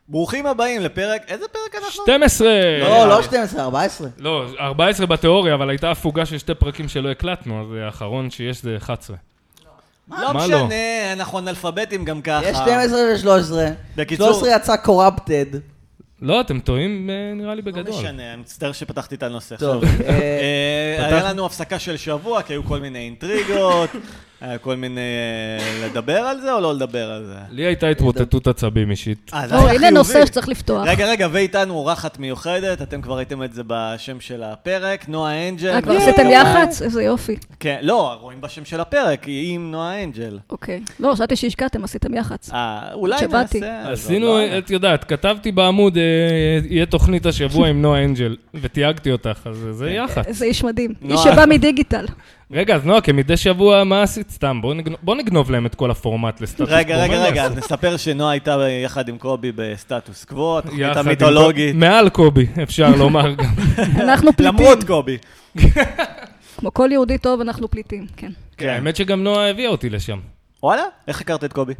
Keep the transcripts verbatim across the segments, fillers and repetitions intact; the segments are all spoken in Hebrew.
ברוכים הבאים לפרק, איזה פרק אנחנו? שתים עשרה! לא, לא שתים עשרה, ארבע עשרה. לא, ארבע עשרה בתיאוריה, אבל הייתה הפוגה של שתי פרקים שלא הקלטנו, אז האחרון שיש זה אחת עשרה. לא משנה, אנחנו אנאלפביתים גם ככה. יש שתים עשרה ו-שלוש עשרה. בקיצור... שלוש עשרה יצא קורפטד. לא, אתם טועים נראה לי בגדול. לא משנה, אני מצטער שפתחתי את הנושא. טוב. היה לנו הפסקה של שבוע, כי היו כל מיני אינטריגות, היה כל מיני... לדבר על זה או לא לדבר על זה? לי הייתה התמוטטות עצבים אישית. הנה נושא שצריך לפתוח. רגע, רגע, ואיתנו אורחת מיוחדת, אתם כבר ראיתם את זה בשם של הפרק, נועה אנג'ל. כבר עשיתם יח"צ? איזה יופי. כן, לא, רואים בשם של הפרק, היא עם נועה אנג'ל. אוקיי. לא, חשבתי שהשקעתם, עשיתם יח"צ. אה, אולי נעשה. עשינו, את יודעת, כתבתי בעמוד, יהיה תוכנית השבוע עם נועה אנג'ל, ותייגתי אותך, אז זה יח"צ. זה איש מדהים. איש שבא מדיגיטל. רגע, אז נועה, כמדי שבוע, מה עשית סתם? בוא נגנוב להם את כל הפורמט לסטטוס קוו. רגע, רגע, רגע, אז נספר שנועה הייתה יחד עם קובי בסטטוס קוו, תוכנית המיתולוגית. מעל קובי, אפשר לומר גם. אנחנו פליטים. למרות קובי. כמו כל יהודי טוב, אנחנו פליטים, כן. האמת שגם נועה הביאה אותי לשם. וואלה? איך הכרת את קובי?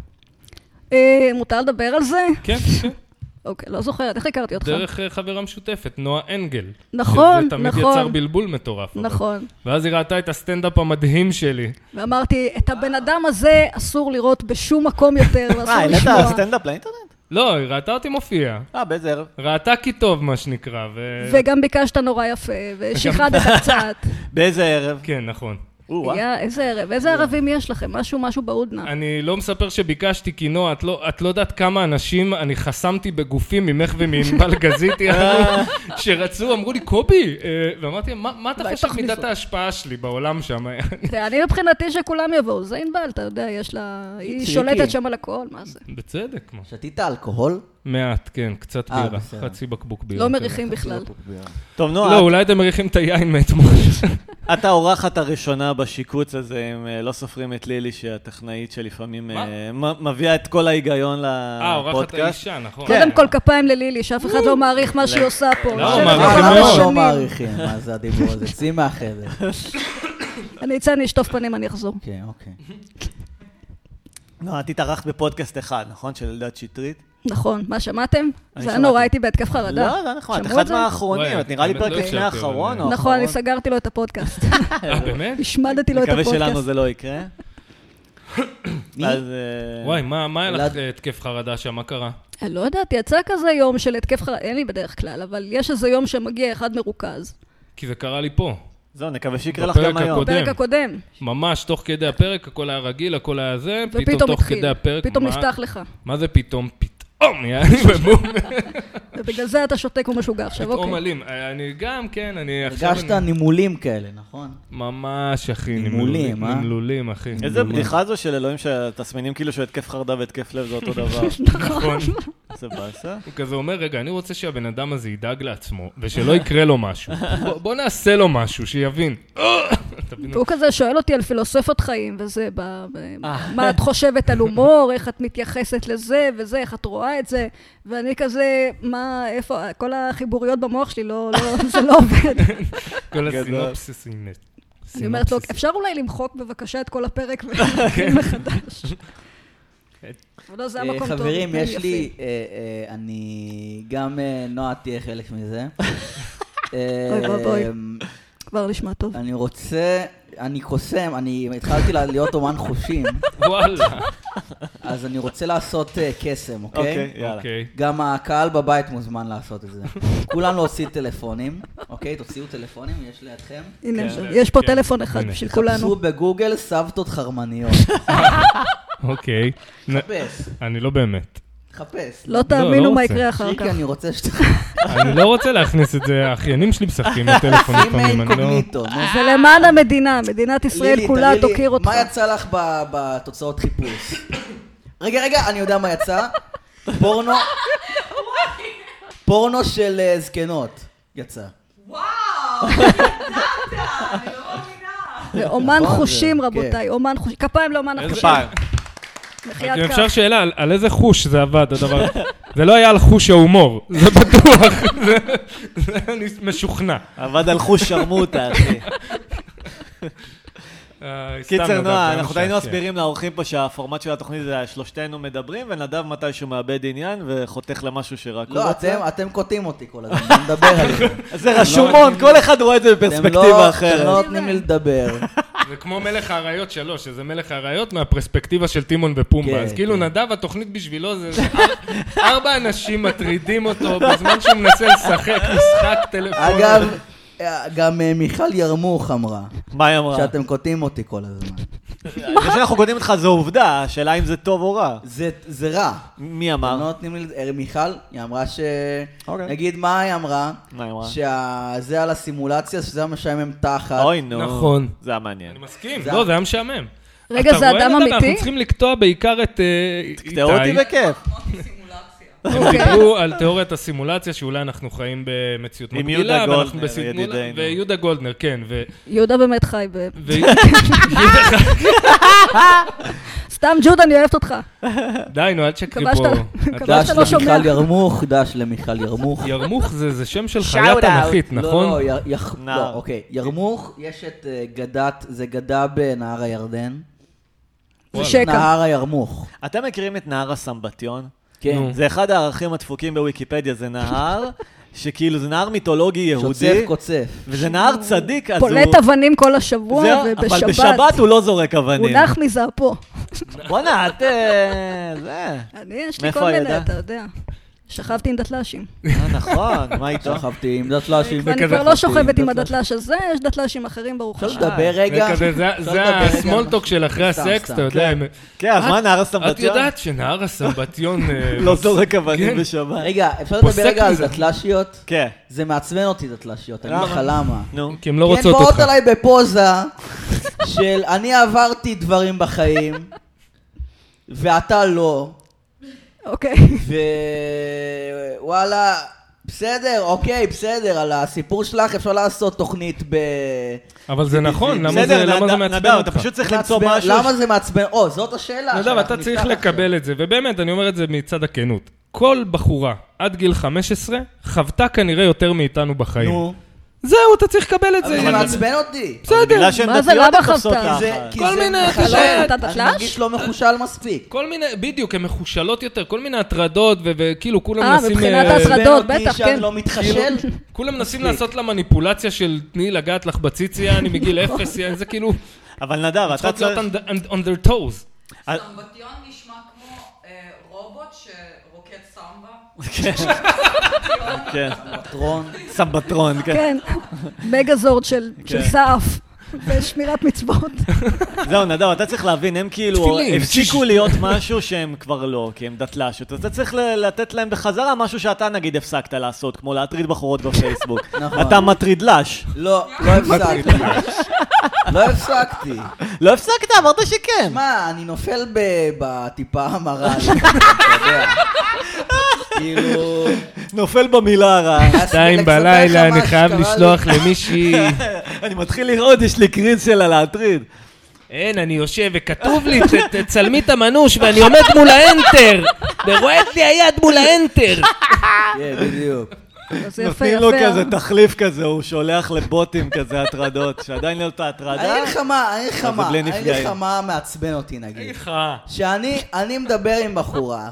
מותר לדבר על זה? כן, כן. אוקיי, לא זוכרת, איך הכרתי אותך? דרך חברה משותפת, נועה אנגל. נכון, שזה תמיד נכון. יצר בלבול מטורף. נכון. ואז היא ראתה את הסטנדאפ המדהים שלי. ואמרתי, את הבן אדם הזה אסור לראות בשום מקום יותר, ואסור אה, לשמוע. העלית סטנדאפ לאינטרנט? לא, היא ראתה אותי מופיע. אה, באיזה ערב? ראתה כי טוב, מה שנקרא. ו... וגם ביקשת נורא יפה, ושיחדת קצת. באיזה ערב? כן, נכון. יא, איזה ערב, איזה ערבים יש לכם? משהו, משהו בהודנה. אני לא מספר שביקשתי, כי נועה, את לא, את לא יודעת כמה אנשים אני חסמתי בגופים ממך ומענבל גזיתי, שרצו, אמרו לי, קובי, ואמרתי, מה אתה חושב מידת ההשפעה שלי בעולם שם? אני מבחינתי שכולם יבואו, זה ענבל, אתה יודע, יש לה, היא שולטת שם על הכל, מה זה? בצדק, מה? שתית אלכוהול? מעט, כן, קצת בירה, חצי בקבוק בירה. לא מריחים בכלל. טוב, נועה. לא, אולי אתם מריחים את היין מאתמול. אתה האורחת הראשונה בשיקוץ הזה, אם לא סופרים את לילי, שהטכנאית שלפעמים מביאה את כל ההיגיון לפודקאסט. אה, אורחת האישה, נכון. קודם כל כפיים ללילי, שאף אחד לא מעריך מה שהיא עושה פה. לא, מעריכים מאוד. לא מעריכים, מה זה הדיבור הזה? צאי מהחדר. אני אצא, אני אשטוף פנים, אני אחזור. אוקיי, אוקיי. לא, את התארחת בפודקאסט אחד, נכון? של אלדד שטרית? נכון, מה שמעתם? זה היה נורא, הייתי בהתקף חרדה. לא, לא נכון, את אחד מהאחרונים, את נראה לי פרק לפני האחרון. נכון, אני סגרתי לו את הפודקאסט. אה, באמת? השמדתי לו את הפודקאסט. מקווה שלנו זה לא יקרה. וואי, מה היה לך התקף חרדה שם? מה קרה? אני לא יודעת, יצא כזה יום של התקף חרדה, אין לי בדרך כלל, אבל יש איזה יום שמגיע אחד מרוכז. כי זה קרה לי פה. זהו, נקווה שיקרה לך גם היום. בפרק הקודם. ממש, תוך כדי הפרק, הכל היה רגיל, הכל היה זה, פתאום תוך כדי הפרק... פתאום נפתח לך. מה זה פתאום? פתאום, יעני בבום. ובגלל זה אתה שותק ומשוגע עכשיו, אוקיי. פתאום עלים. אני גם, כן, אני... הרגשת נימולים כאלה, נכון? ממש, אחי, נימולים, אה? נימלולים, אחי. איזה בדיחה זו של אלוהים שהתסמינים כאילו שהתקף חרדה והתקף לב זה אותו דבר. נכון. זה באסה. הוא כזה אומר, רגע, אני רוצה שהבן אדם הזה ידאג לעצמו, ושלא יקרה לו משהו. בוא נעשה לו משהו, שיבין. והוא כזה שואל אותי על פילוסופיות חיים, וזה, מה את חושבת על הומור, איך את מתייחסת לזה וזה, איך את רואה את זה, ואני כזה, מה, איפה, כל החיבוריות במוח שלי, זה לא עובד. כל הסינופסיסים. אני אומרת לו, אפשר אולי למחוק בבקשה את כל הפרק ולהתחיל מחדש. חברים, יש לי, אני, גם נועה תהיה חלק מזה. אוי בואי, כבר נשמע טוב. אני רוצה, אני קוסם, אני התחלתי להיות אומן חושים. וואלה. אז אני רוצה לעשות קסם, אוקיי? אוקיי, יאללה. גם הקהל בבית מוזמן לעשות את זה. כולנו עושים טלפונים, אוקיי? תוציאו טלפונים, יש לידכם. הנה, יש פה טלפון אחד בשביל כולנו. חפשו בגוגל סבתות חרמניות. אוקיי. חפש. אני לא באמת. חפש. לא תאמינו מה יקרה אחר כך. שיקי, אני רוצה שת... אני לא רוצה להכניס את זה, האחיינים שלי משחקים בטלפון לפעמים, אני לא... זה למען המדינה, מדינת ישראל כולה תוקיר אותך. מה יצא לך בתוצאות חיפוש? רגע, רגע, אני יודע מה יצא. פורנו... פורנו של זקנות יצא. וואו! ידעת! אני לא מאמינה. זה אומן חושים, רבותיי, אומן חושים. כפיים לאומן החושים. כפיים. אם אפשר שאלה, על איזה חוש זה עבד, הדבר? זה לא היה על חוש ההומור, זה בטוח, זה אני משוכנע. עבד על חוש שרמוטה, אחי. קיצר נועה, אנחנו היינו מסבירים לאורחים פה שהפורמט של התוכנית זה שלושתנו מדברים, ונדב מתישהו מאבד עניין וחותך למשהו שרק הוא רוצה. לא, אתם קוטעים אותי כל הזמן, אני מדבר על זה. זה רשומון, כל אחד רואה את זה בפרספקטיבה אחרת. אתם לא נותנים לי לדבר. זה כמו מלך האריות שלו, שזה מלך האריות מהפרספקטיבה של טימון ופומבה. אז כאילו נדב, התוכנית בשבילו זה ארבע אנשים מטרידים אותו בזמן שהוא מנסה לשחק משחק טלפון. אגב, גם מיכל ירמוך אמרה. מה היא אמרה? שאתם קוטעים אותי כל הזמן. זה שאנחנו קוטעים אותך זו עובדה, השאלה אם זה טוב או רע. זה רע. מי אמר? לא נותנים לי, מיכל, היא אמרה ש... נגיד מה היא אמרה? מה היא אמרה? שזה על הסימולציה, שזה משעמם תחת. אוי נו. נכון. זה היה מעניין. אני מסכים. לא, זה היה משעמם. רגע, זה אדם אמיתי? אנחנו צריכים לקטוע בעיקר את איתי. תקטעו אותי בכיף. הם דיברו על תיאוריית הסימולציה, שאולי אנחנו חיים במציאות מקבילה. עם יהודה גולדנר, ידידנו. ויהודה גולדנר, כן. יהודה באמת חי ב... ויהודה חי. סתם ג'וד, אני אוהבת אותך. די, נו, אל תשקרי פה. דש למיכל ירמוך, דש למיכל ירמוך. ירמוך זה שם של חיה תנכית, נכון? לא, לא, אוקיי. ירמוך, יש את גדת, זה גדה בנהר הירדן. זה שקע. נהר הירמוך. אתם מכירים את נהר הסמבטיון? כן. זה אחד הערכים הדפוקים בוויקיפדיה, זה נהר, שכאילו זה נהר מיתולוגי יהודי. שוצף קוצף. וזה נהר צדיק, אז הוא... פולט אבנים כל השבוע, ובשבת... אבל בשבת הוא לא זורק אבנים. הוא נח מזעפו. בוא'נה, את... זה... אני, יש לי כל מיני, אתה יודע. שכבתי עם דתל"שים. אה, נכון, מה איתו? שכבתי עם דתל"שים. ואני כבר לא שוכבת עם הדתל"ש הזה, יש דתל"שים אחרים ברוך השם. אפשר לדבר רגע? זה הסמולטוק של אחרי הסקס, אתה יודע. כן, אז מה נהר הסמבטיון? את יודעת שנהר הסמבטיון... לא זורק אבנים בשבת. רגע, אפשר לדבר רגע על דתל"שיות? כן. זה מעצבן אותי דתל"שיות, אני לך למה. נו. כי הם לא רוצות כי הן אותך. באות עליי בפוזה של אני עברתי דברים בחיים, ואתה לא. אוקיי. ווואלה, בסדר, אוקיי, בסדר, על הסיפור שלך אפשר לעשות תוכנית ב... אבל זה נכון, למה זה מעצבן נדב, אותך? אתה פשוט צריך למצוא משהו... למה זה מעצבן? או, זאת השאלה. נדב, אתה צריך לקבל את זה, ובאמת, אני אומר את זה מצד הכנות. כל בחורה עד גיל חמש עשרה חוותה כנראה יותר מאיתנו בחיים. נו. זהו, אתה צריך לקבל את זה. אבל זה מעצבן אותי. בסדר. מה זה, למה חוותה? כל מיני... אני מרגיש לא מחושל מספיק. כל מיני, בדיוק, הן מחושלות יותר, כל מיני הטרדות, וכאילו כולם אה, מנסים... מבחינת ההטרדות, בטח, כן. לא מתחשל. כולם מנסים לעשות לה מניפולציה של תני לגעת לך בציציה, אני מגיל אפס, זה כאילו... אבל נדב, אתה צריך... צריך... להיות on their toes. סמבטיון נשמע כמו רובוט שרוקד סמבה. כן. סמבטרון. סמבטרון, כן. כן. מגזורד של סעף. ושמירת מצוות. זהו, נדב, אתה צריך להבין, הם כאילו הפסיקו להיות משהו שהם כבר לא, כי הם דתל"שות. אז אתה צריך לתת להם בחזרה משהו שאתה נגיד הפסקת לעשות, כמו להטריד בחורות בפייסבוק. אתה מטרידל"ש. לא, לא הפסקתי. לא הפסקתי. לא הפסקת, אמרת שכן. מה, אני נופל בטיפה המרה. אתה יודע. כאילו... נופל במילה הרעה. שתיים בלילה, אני חייב לשלוח למישהי. אני מתחיל לראות, יש לי קריז שלה להטריד. אין, אני יושב וכתוב לי, תצלמי את המנוש, ואני עומד מול האנטר. ורועד לי היד מול האנטר. כן, בדיוק. נותנים לו כזה תחליף כזה, הוא שולח לבוטים כזה הטרדות, שעדיין לא אותה הטרדה. אני אגיד לך מה, אני אגיד לך מה, אני אגיד לך מה מעצבן אותי נגיד. איך? שאני מדבר עם בחורה.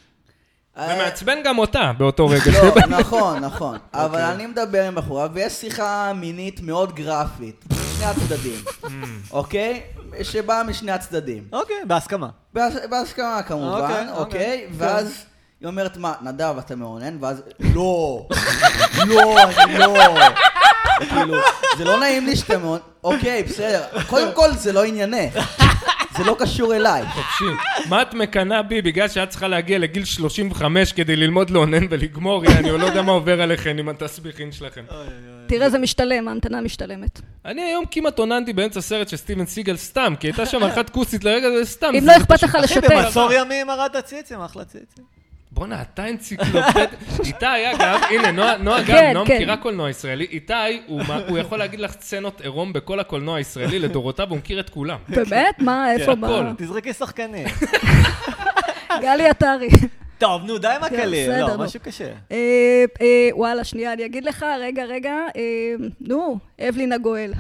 ומעצבן גם אותה באותו רגע. לא, נכון, נכון. אבל אני מדבר עם בחורה, ויש שיחה מינית מאוד גרפית, משני הצדדים. אוקיי? שבאה משני הצדדים. אוקיי, בהסכמה. בהסכמה כמובן, אוקיי? ואז היא אומרת, מה, נדב, אתה מעונן? ואז, לא, לא, אני לא. כאילו, זה לא נעים לי שאתה מעונן. אוקיי, בסדר. קודם כל, זה לא ענייני. זה לא קשור אליי. תקשיב, מה את מקנה בי בגלל שאת צריכה להגיע לגיל שלושים וחמש כדי ללמוד לעונן ולגמור? אני לא יודע מה עובר עליכם עם התסביכים שלכם. תראה, זה משתלם, ההמתנה משתלמת. אני היום כמעט עוננתי באמצע סרט של סטיבן סיגל סתם, כי הייתה שם אחת כוסית לרגע, זה סתם. אם לא אכפת לך לשתף. אחי, במצור ימים הרד הציצים, אחלה ציצים. בוא'נה, אתה אנציקלופד. איתי, אגב, הנה, נועה גם, נועה מכירה קולנוע ישראלי. איתי, הוא יכול להגיד לך סצנות עירום בכל הקולנוע הישראלי לדורותיו, הוא מכיר את כולם. באמת? מה? איפה? מה? תזרקי שחקנים. גלי עטרי. טוב, נו, די מה קליל. לא, משהו קשה. וואלה, שנייה, אני אגיד לך, רגע, רגע. נו, אבלינה גואל.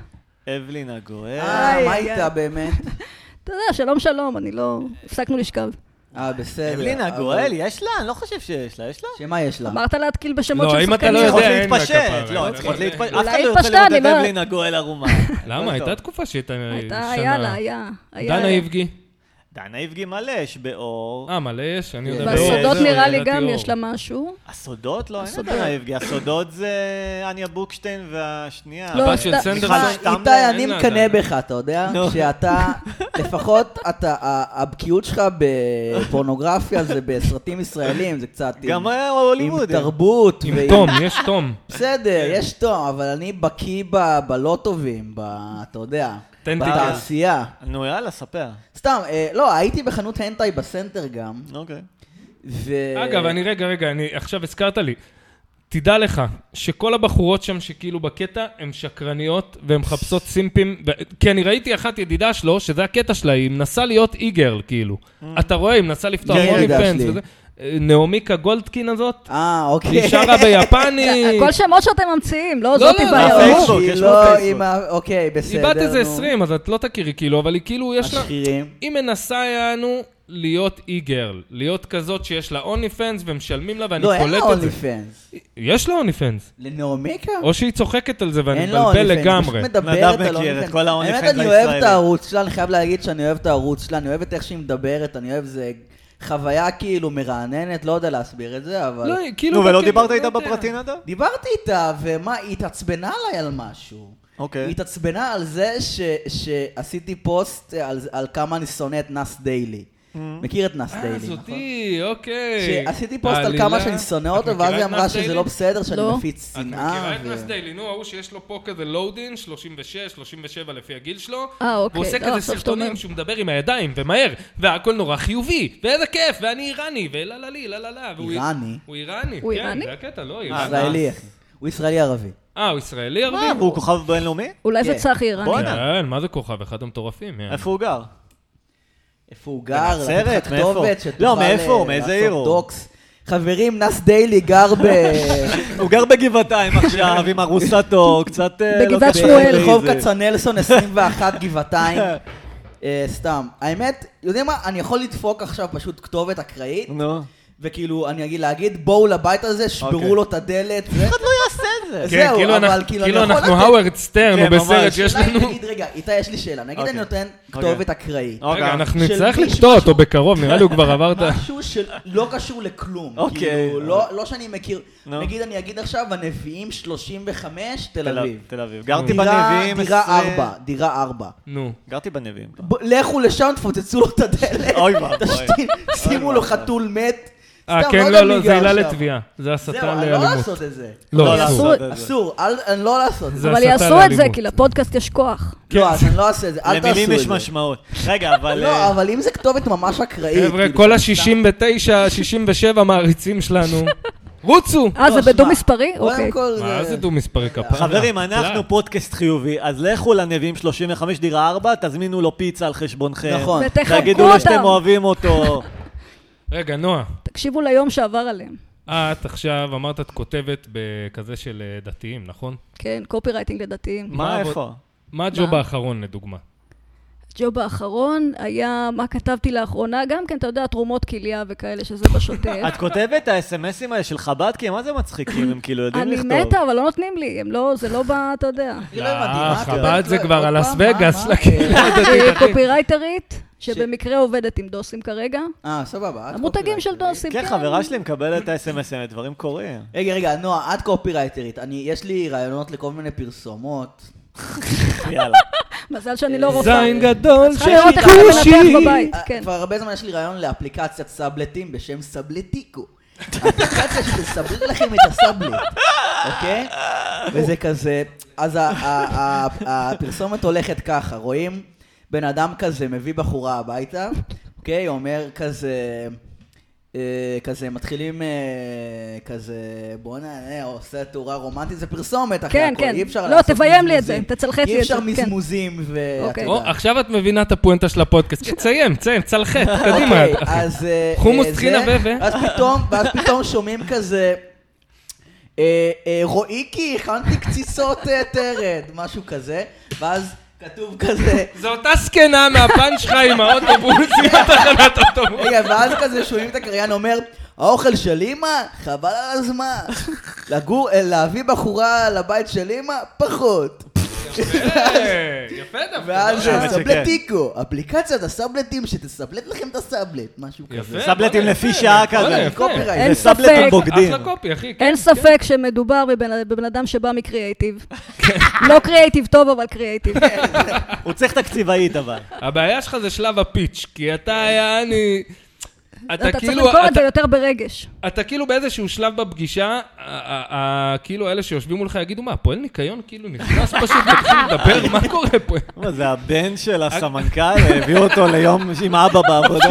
אבלין הגואל. אה, מה איתה באמת? אתה יודע, שלום שלום, אני לא... הפסקנו לשכב. אה, בסדר. אבלין הגואל, יש לה? אני לא חושב שיש לה, יש לה? שמה יש לה? אמרת להתקיל בשמות של לא, אם אתה לא שחקנים. יודע, אין לה להתפשט. כפרה. לא, צריכות להתפשט. אף אולי אחד לא יוצא התפשטה, לראות אני את לא- אבלין הגואל ערומה. למה? הייתה תקופה שהייתה הייתה, היה לה, היה. היה. דנה איבגי. דנה איבגי מלא, יש באור. אה, מלא יש? אני יודע באור. בסודות זהו, נראה לי ידעתי גם אור. יש לה משהו. הסודות? לא, אין הסודות. דנה איבגי. הסודות זה אניה בוקשטיין והשנייה. לא, הבת של סתם- סנדרסון. מיכל שטמלר, איתי, אני אין לה מקנא עדיין. בך, אתה יודע? נו. שאתה, לפחות אתה, ה- הבקיאות שלך בפורנוגרפיה זה בסרטים ישראלים, זה קצת עם- גם עם הוליווד. תרבות. עם ועם- תום, יש תום. בסדר, יש תום, אבל אני בקיא ב- בלא טובים, ב- אתה יודע, טנטיקל. בתעשייה. נו, יאללה, ספר. סתם, אה, לא, הייתי בחנות הנטאי בסנטר גם, אוקיי. ו... אגב, אני רגע, רגע, אני עכשיו הזכרת לי. תדע לך שכל הבחורות שם שכאילו בקטע הן שקרניות והן מחפשות סימפים, ו... כי אני ראיתי אחת ידידה שלו, שזה הקטע שלה, היא מנסה להיות אי-גרל, כאילו. אתה רואה, היא מנסה לפתוח מי הולי הידידה פנס שלי? וזה. נעמיקה גולדקין הזאת, אה, אוקיי. היא שרה ביפני, הכל שמות שאתם ממציאים, לא לא, זאתי לא, בעיה. בפייסבוק, היא יש לא בפייסבוק. עם ה... אוקיי, בסדר, היא בת איזה נו. עשרים, אז את לא תכירי כאילו, אבל היא כאילו, יש לה... השכירים. היא מנסה יענו להיות אי-גרל, להיות כזאת שיש לה אוני פנס ומשלמים לה ואני לא, אין לה קולט את זה. אוני פנס. יש לה אוני פנס. לנעמיקה? או שהיא צוחקת על זה ואני אין לה מבלבל אוני פנס, לגמרי. פשוט מדברת נדב על מכיר אוני את פנס. כל האוני האמת, פנס אני אוהב את הישראלי. הערוץ שלה, אני חייב להגיד שאני אוהב את הערוץ שלה, אני אוהב את איך שהיא מדברת, אני אוהב זה חוויה כאילו מרעננת, לא יודע להסביר את זה, אבל... לא, כאילו... נו, ולא בקטע, דיברת לא איתה יודע. בפרטי, נדב? דיברתי איתה, ומה, היא התעצבנה עליי על משהו. אוקיי. היא התעצבנה על זה ש- שעשיתי פוסט על, על כמה אני שונא את נס דיילי. מכיר את נס אה, דיילי, נכון? זאתי, אוקיי. שעשיתי פוסט על העלילה- כמה שאני שונא את אותו, מכירה ואז היא את אמרה נס שזה דיילי? לא בסדר, שאני לא. מפיץ את שנאה. מכירה את ו- נס דיילי, נו, ההוא שיש לו פה כזה לואודין, שלושים ושש, שלושים ושבע לפי הגיל שלו. אה, אוקיי. והוא עושה לא, כזה עכשיו שאתה אומר. סרטונים שהוא מדבר עם הידיים, ומהר, והכל נורא חיובי, ואיזה כיף, ואני איראני, ולא לא לי, לא לא לא. והוא- איראני? הוא איראני, הוא כן, איראני? זה הקטע, לא, אה, איראני. ישראלי, אחי. הוא ישראלי ערבי. אה, הוא ישראלי ערבי? מה, והוא כוכב בינלאומי? אולי זה כן. צחי איראני. בואנה. כן, מה זה כוכב? אחד המטורפים. כן. איפה הוא גר? איפה הוא גר? בנצרת? לתת לך מאיפה? כתובת שתוכל, לא, מאיפה הוא? אה, מאיזה לעשות עיר הוא? דוקס. חברים, נס דיילי גר ב... הוא גר בגבעתיים עכשיו, עם ארוסתו, קצת... אה, בגבעת לא כזה שמואל. ברחוב איזה. כצנלסון עשרים ואחת גבעתיים. אה, סתם. האמת, יודעים מה? אני יכול לדפוק עכשיו פשוט כתובת אקראית, נו. וכאילו, אני אגיד, להגיד, בואו לבית הזה, אוקיי. שברו לו את הדלת. ו- אחד לא יעשה את זה. כן, זהו, כאילו אבל אנחנו- כאילו, כאילו אני יכול אנחנו לתת- האוורד סטרן, כן, או בסרט ממש. שיש השאלה היא, לנו... נגיד, רגע, איתי יש לי שאלה. נגיד אוקיי. אני נותן אוקיי. כתובת אקראית. אוקיי. רגע, אנחנו של נצטרך מישהו- לקטוע אותו משהו- בקרוב, נראה לי הוא כבר עבר את ה... משהו שלא קשור לכלום. אוקיי. כאילו, לא לא שאני מכיר. נו. נגיד, אני אגיד עכשיו, הנביאים שלושים וחמש, תל אביב. תל אביב. גרתי דירה- בנביאים... דירה עשרים- ארבע, דירה ארבע. נו. גרתי בנביאים. פעם. ב- לכו לשם, תפוצצו לו את הדלת. אוי ואבוי. תשתין, שימו לו חתול מת. אה, סתם, כן, יודע לא, מי לא, גר זה עילה שם. לתביעה. זה זהו, הסתה אני לא לאלימות. לעשות את זה. לא, לא אסור. לעשות את זה. אסור, אל- אני לא לעשות את זה זה. אבל הסתה יעשו את זה, לאלימות. כי לפודקאסט יש כוח. לא, אז אני לא אעשה את זה, אל תעשו את זה. למילים יש משמעות. רגע, אבל... לא, אה, אבל אם זה כתובת ממש אקראית. חבר'ה, כאילו, כל סתם- ה-שישים ותשע, שישים ושבע מעריצים שלנו, רוצו! אה, זה לא, בדו שמע, מספרי? קודם אוקיי. כל מה זה דו מספרי כפרה? חברים, אנחנו פודקאסט חיובי, אז לכו לנביאים שלושים וחמש דירה ארבע, תזמינו לו פיצה על חשבונכם. נכון. ותחבקו תגידו לו שאתם אותם. אוהבים אותו. רגע, נועה, תקשיבו ליום שעבר עליהם. את עכשיו אמרת את כותבת בכזה של אה, דתיים, נכון? כן, קופירייטינג לדתיים. מה, מה, איפה? מה הג'וב האחרון לדוגמה? הג'וב האחרון היה, מה כתבתי לאחרונה, גם כן, אתה יודע, תרומות כליה וכאלה, שזה בשוטף. את כותבת את האס-אמסים האלה של חב"ד? כי מה זה מצחיקים? הם כאילו יודעים אני לכתוב. מתה, אבל לא נותנים לי, הם לא, זה לא בא, אתה יודע. אני לא הבנתי, אה, מה את חב"ד אומרת? זה לא, כבר עוד על פעם, לס מה, וגאס, מה? לקהילה היא הדתית. קופירייטרית, שבמקרה עובדת עם דוסים כרגע. אה, סבבה. את המותגים של קופירייטרית. דוסים, כן, חברה שלי מקבלת את האס-אמסים, דברים קורים. רגע, רגע, נועה, את קופירייטרית. אני, יש לי רעיונות לכל מיני פרסומות. יאללה. מזל שאני לא רופאה. זין גדול צריכה של לראות איך כושי. אתה מנתח בבית, אה, כן. כבר הרבה זמן יש לי רעיון לאפליקציית סאבלטים בשם סאבלטיקו. אפליקציה שתסבלט לכם את הסאבלט, אוקיי? וזה כזה, אז ה- ה- ה- הפרסומת הולכת ככה, רואים בן אדם כזה מביא בחורה הביתה, אוקיי? אומר כזה, אה, כזה מתחילים אה, כזה, בוא נענה, עושה תאורה רומנטית, זה פרסומת אחרי כן, הכל, כן. אי אפשר לא, לעשות תביים לי את זה, מזמוזים. תצלחת לי את אי אפשר זה, כן. מזמוזים ו... אוקיי. אתה או, יודע. עכשיו את מבינה את הפואנטה של הפודקאסט. תציין, תציין, צלחת, קדימה. אוקיי, אז... אה, חומוס אה, טחינה זה, ו- ו- ואז פתאום, ואז פתאום שומעים כזה... רואי כי הכנתי קציסות תרד, משהו כזה, ואז כתוב כזה... זו אותה סקנה מהפאנץ' שלך עם האוטובוסים בתחנת אוטובוס. רגע, ואז כזה שומעים את הקריין אומר, האוכל של אמא, חבל על הזמן. לגור, להביא בחורה לבית של אמא, פחות. יפה, יפה דווקא. ואז סבלטיקו, אפליקציית הסבלטים שתסבלט לכם את הסבלט, משהו כזה. סבלטים לפי שעה כזה. אין סבלטים בוגדים. אחלה קופי, אחי. אין ספק שמדובר בבן אדם שבא מקריאייטיב. לא קריאייטיב טוב, אבל קריאייטיב. הוא צריך תקציבאית, אבל. הבעיה שלך זה שלב הפיץ', כי אתה היה אני... אתה צריך למכור את זה יותר ברגש. אתה כאילו באיזשהו שלב בפגישה, כאילו אלה שיושבים מולך יגידו, מה, פועל ניקיון כאילו נכנס פשוט, תתחיל לדבר, מה קורה פה? מה, זה הבן של הסמנכ"ל, הביאו אותו ליום עם אבא בעבודה?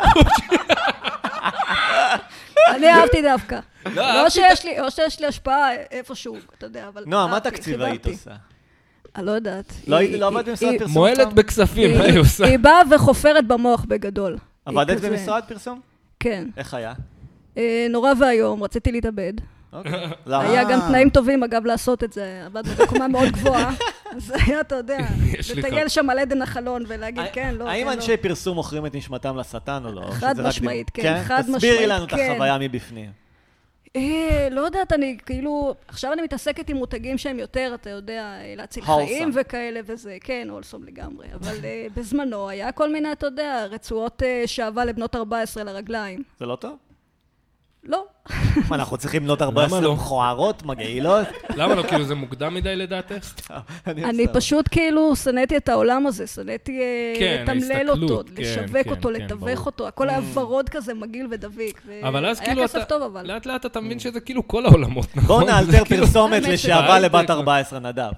אני אהבתי דווקא. לא שיש לי השפעה איפשהו, אתה יודע, אבל... נועה, מה תקציבאית עושה? אני לא יודעת. לא עבדת במשרד פרסום? מועלת בכספים, מה היא עושה? היא באה וחופרת במוח בגדול. עבדת במשרד פרסום? כן. איך היה? נורא והיום, רציתי להתאבד. היה גם תנאים טובים, אגב, לעשות את זה. עבדנו בקומה מאוד גבוהה. אז היה, אתה יודע, לטייל שם על עדן החלון ולהגיד כן, לא. האם אנשי פרסום מוכרים את נשמתם לשטן או לא? חד משמעית, כן. חד משמעית, כן. תסבירי לנו את החוויה מבפנים. לא יודעת, אני כאילו, עכשיו אני מתעסקת עם מותגים שהם יותר, אתה יודע, להציל חיים וכאלה וזה, כן, הולסום לגמרי, אבל בזמנו היה כל מיני, אתה יודע, רצועות שעבה לבנות ארבע עשרה לרגליים. זה לא טוב? לא. מה, אנחנו צריכים בנות ארבע עשרה מכוערות, מגעילות? למה לא? כאילו זה מוקדם מדי לדעתך? אני פשוט כאילו שנאתי את העולם הזה, שנאתי לתמלל אותו, לשווק אותו, לתווך אותו, הכל היה ורוד כזה, מגעיל ודביק. אבל אז כאילו לאט לאט אתה מבין שזה כאילו כל העולמות, נכון? בואו נאלתר פרסומת לשעבה לבת ארבע עשרה, נדב.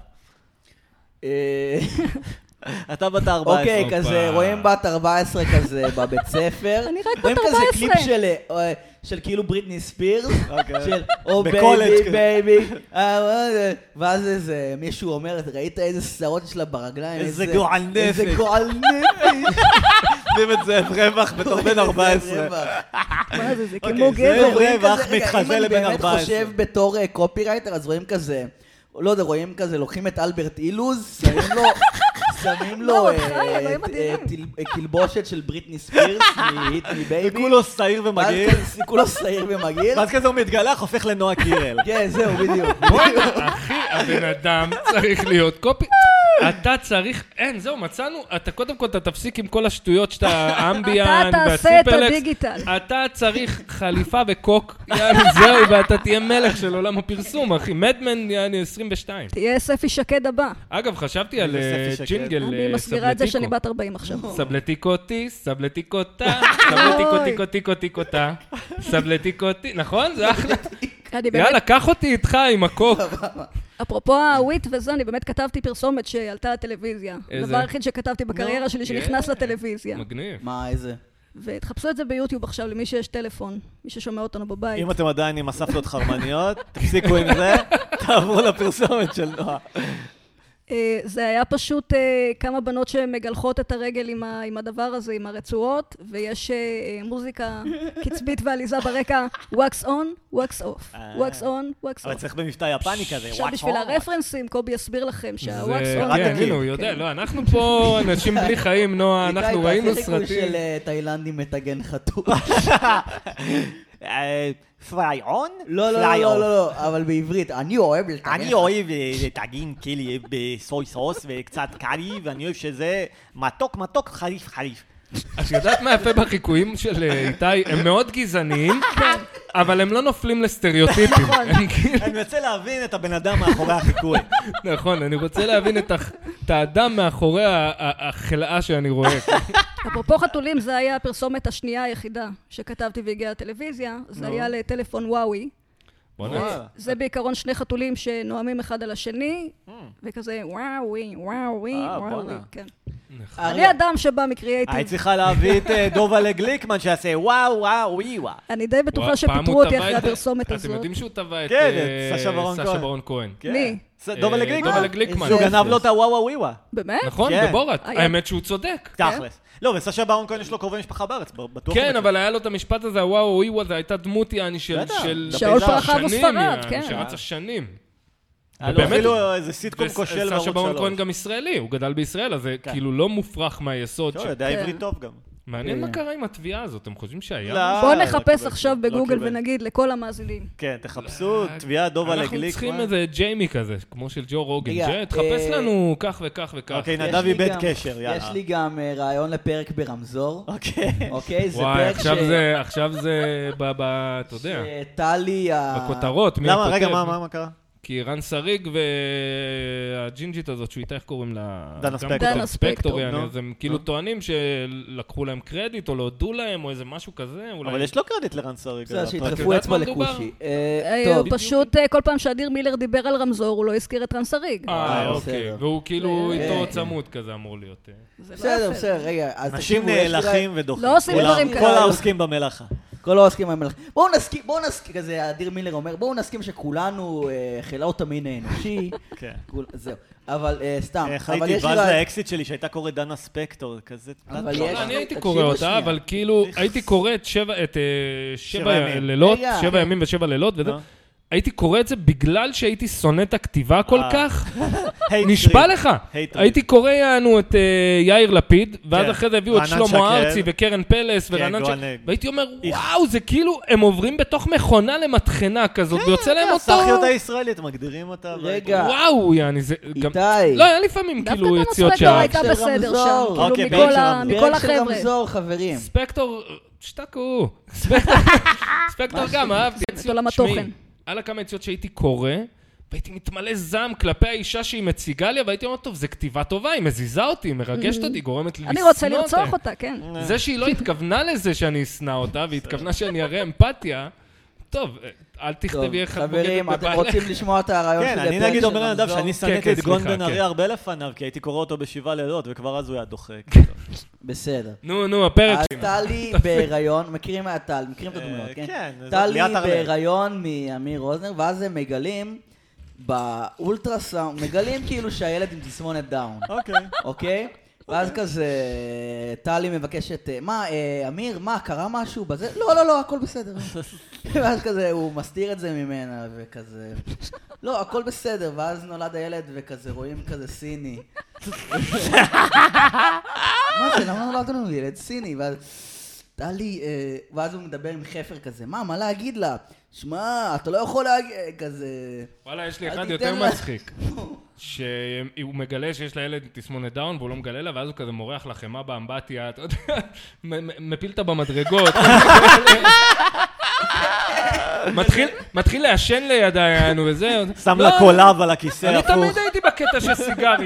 אתה בת ארבע עשרה. אוקיי, כזה, רואים בת ארבע עשרה כזה בבית ספר. אני רק בת ארבע עשרה. רואים כזה קליפ של כאילו בריטני ספירס, של או בייבי, בייבי, ואז איזה מישהו אומר, ראית איזה שערות יש לה ברגליים? איזה גועל נפש. איזה גועל נפש. שים את זה רווח בתור בן ארבע עשרה. מה זה, זה כמו גבר. זה רווח מתחזה לבן ארבע עשרה. אם אני באמת חושב בתור קופירייטר, אז רואים כזה, לא יודע, רואים כזה, לוקחים את אלברט אילוז, שמים לו... שמים לו כלבושת של בריטני ספירס מ-Hit Me Baby. וכולו שעיר ומגעיל. כולו שעיר ומגעיל. ואז כזה הוא מתגלח, הופך לנועה קירל. כן, זהו, בדיוק. אחי, הבן אדם צריך להיות קופי. אתה צריך, אין, זהו, מצאנו, אתה קודם כל אתה תפסיק עם כל השטויות שאתה אמביאן, אתה תעשה את הדיגיטל. אתה צריך חליפה וקוק, יעני זהו, ואתה תהיה מלך של עולם הפרסום, אחי. מדמן, יעני עשרים ושתיים. תהיה ספי שקד הבא. אגב, חשבתי על ג'ינגל סבלטיקו. אני מסגירה את זה שאני בת ארבעים עכשיו. סבלטיקותי, סבלטיקותה, סבלטיקוטיקוטיקוטה, סבלטיקוטי, נכון? זה אחלה. יאללה, קח אותי איתך עם הקוק. אפרופו הוויט וזה, אני באמת כתבתי פרסומת שעלתה לטלוויזיה. דבר היחיד שכתבתי בקריירה שלי שנכנס לטלוויזיה. מגניב. מה, איזה? ותחפשו את זה ביוטיוב עכשיו למי שיש טלפון, מי ששומע אותנו בבית. אם אתם עדיין עם אספלות חרמניות, תפסיקו עם זה, תעברו לפרסומת של נועה. זה היה פשוט כמה בנות שמגלחות את הרגל עם הדבר הזה, עם הרצועות, ויש מוזיקה קצבית ועליזה ברקע, wax on, wax off, wax on, wax off. אבל צריך במבטא יפני כזה, wax on. עכשיו בשביל הרפרנסים, קובי יסביר לכם שה-wax on. כן, הוא יודע, לא, אנחנו פה אנשים בלי חיים, נועה, אנחנו ראינו סרטים. חיקוי של תאילנדי מטגן חתול. פריי און? לא, לא, לא, לא, אבל בעברית, אני אוהב לטגן. אני אוהב לטגן כלי בסוי סוס וקצת קרי, ואני אוהב שזה מתוק מתוק חריף חריף. את יודעת מה יפה בחיקויים של איתי? הם מאוד גזעניים, אבל הם לא נופלים לסטריאוטיפים. אני רוצה להבין את הבן אדם מאחורי החיקוי. נכון, אני רוצה להבין את האדם מאחורי החלאה שאני רואה. אפרופו חתולים, זה היה הפרסומת השנייה היחידה שכתבתי והגיעה לטלוויזיה. זה היה לטלפון וואוי. זה בעיקרון שני חתולים שנואמים אחד על השני, וכזה וואוי, וואוי, וואוי, כן. אני אדם שבא מקריאייטיב. היית צריכה להביא את דובה גליקמן שיעשה וואו וואו וואי וואו. אני די בטוחה שפיטרו אותי אחרי הפרסומת הזאת. אתם יודעים שהוא טבע את סשה ברון כהן. מי? דובה לגליקמן. שהוא גנב לו את הוואו וואי וואו. באמת? נכון, בבורת. האמת שהוא צודק. תכלס. לא, וסשה ברון כהן יש לו קרובי משפחה בארץ, בטוח. כן, אבל היה לו את המשפט הזה, הוואו וואי וואו, זה הייתה דמות יעני של שאול פרחב וספרד, כן. שרצה שנים. אפילו איזה סיטקום כושל בערוץ שלוש. סשה ברון כהן גם ישראלי, הוא גדל בישראל, אז זה כאילו לא מופרך מהיסוד. הוא יודע עברית טוב גם. מעניין מה קרה עם התביעה הזאת, אתם חושבים שהיה? בואו נחפש עכשיו בגוגל ונגיד לכל המאזינים. כן, תחפשו תביעה דובה לגליק. אנחנו צריכים איזה ג'יימי כזה, כמו של ג'ו רוגן. תחפש לנו כך וכך וכך. אוקיי, נדב איבד קשר, יאללה. יש לי גם רעיון לפרק ברמזור. אוקיי. אוקיי, זה וואי, פרק ש... עכשיו זה, אתה יודע. טלי... בכותרות, מי למה? הכותב? רגע, מה קרה? כי רן שריג והג'ינג'ית הזאת, שהוא איתה איך קוראים לה... דנה ספקטור. דנה ספקטור. אז הם כאילו טוענים שלקחו להם קרדיט, או לא הודו להם, או איזה משהו כזה. אבל יש לו קרדיט לרן שריג. זה שהתחלפו אצבע לכושי. פשוט כל פעם שאדיר מילר דיבר על רמזור, הוא לא הזכיר את רן שריג. אה, אוקיי. והוא כאילו איתו צמוד כזה אמור להיות. בסדר, בסדר, רגע. אנשים נאלחים ודוחים. לא עושים דברים כאלה. כל העוסקים במלאכה. כל העוסקים במלאכה. בואו נסכים, בואו נסכים, כזה אדיר מילר אומר, בואו נסכים שכולנו חלאות המין האנושי. כן. זהו. אבל סתם. איך הייתי בא לאקסיט שלי שהייתה קוראת דנה ספקטור, כזה... אני הייתי קורא אותה, אבל כאילו הייתי קורא את שבע לילות, שבע ימים ושבע לילות, וזה... הייתי קורא את זה בגלל שהייתי שונא את הכתיבה כל כך. נשבע לך. הייתי קורא יענו את יאיר לפיד, ואז אחרי זה הביאו את שלמה ארצי וקרן פלס ורענן שקד, והייתי אומר, וואו, זה כאילו, הם עוברים בתוך מכונה למטחנה כזאת, ויוצא להם אותו... סחיות הישראלית, מגדירים אותה. רגע. וואו, יעני, זה גם... לא, היה לפעמים כאילו יציאות דווקא דנה ספקטור הייתה בסדר שם, כאילו מכל החבר'ה. פרק של רמזור, חברים. ספקטור, שתקו. ספקטור גם, אהבתי. על הכמה יציאות שהייתי קורא, והייתי מתמלא זעם כלפי האישה שהיא מציגה לי, והייתי אומר, טוב, זו כתיבה טובה, היא מזיזה אותי, היא מרגשת אותי, גורמת לי לשנוא אותה. אני רוצה לרצוח אותה, כן. זה שהיא לא התכוונה לזה שאני אשנא אותה, והיא התכוונה שאני אראה אמפתיה, טוב, אל תכתבי איך את בוגדת בבעלך. חברים, אתם רוצים לשמוע את הרעיון של הפרק של רמזור? כן, אני נגיד אומר לנדב שאני שנאתי את גון בן ארי הרבה לפניו, כי הייתי קורא אותו בשבעה לילות, וכבר אז הוא היה דוחק. בסדר. נו, נו, הפרק שלי. אז טלי בהיריון, מכירים מה טל, מכירים את הדמויות, כן? כן. טלי בהיריון מאמיר רוזנר, ואז הם מגלים באולטרסאונד, מגלים כאילו שהילד עם תסמונת דאון. אוקיי. אוקיי? ואז כזה, טלי מבקשת, מה, אמיר, מה, קרה משהו בזה? לא, לא, לא, הכל בסדר. ואז כזה, הוא מסתיר את זה ממנה, וכזה, לא, הכל בסדר, ואז נולד הילד, וכזה, רואים כזה סיני. מה זה, למה נולד לנו ילד סיני? ואז, טלי, ואז הוא מדבר עם חפר כזה, מה, מה להגיד לה? שמע, אתה לא יכול להגיד, כזה... וואלה, יש לי אחד יותר מצחיק. שהוא מגלה שיש לילד תסמונת דאון, והוא לא מגלה לה, ואז הוא כזה מורח לחמה באמבטיה, אתה יודע, מפיל אותה במדרגות. מתחיל לעשן לידיים, וזה... שם לה קולב על הכיסא הפוך. אני תמיד הייתי בקטע של סיגרי.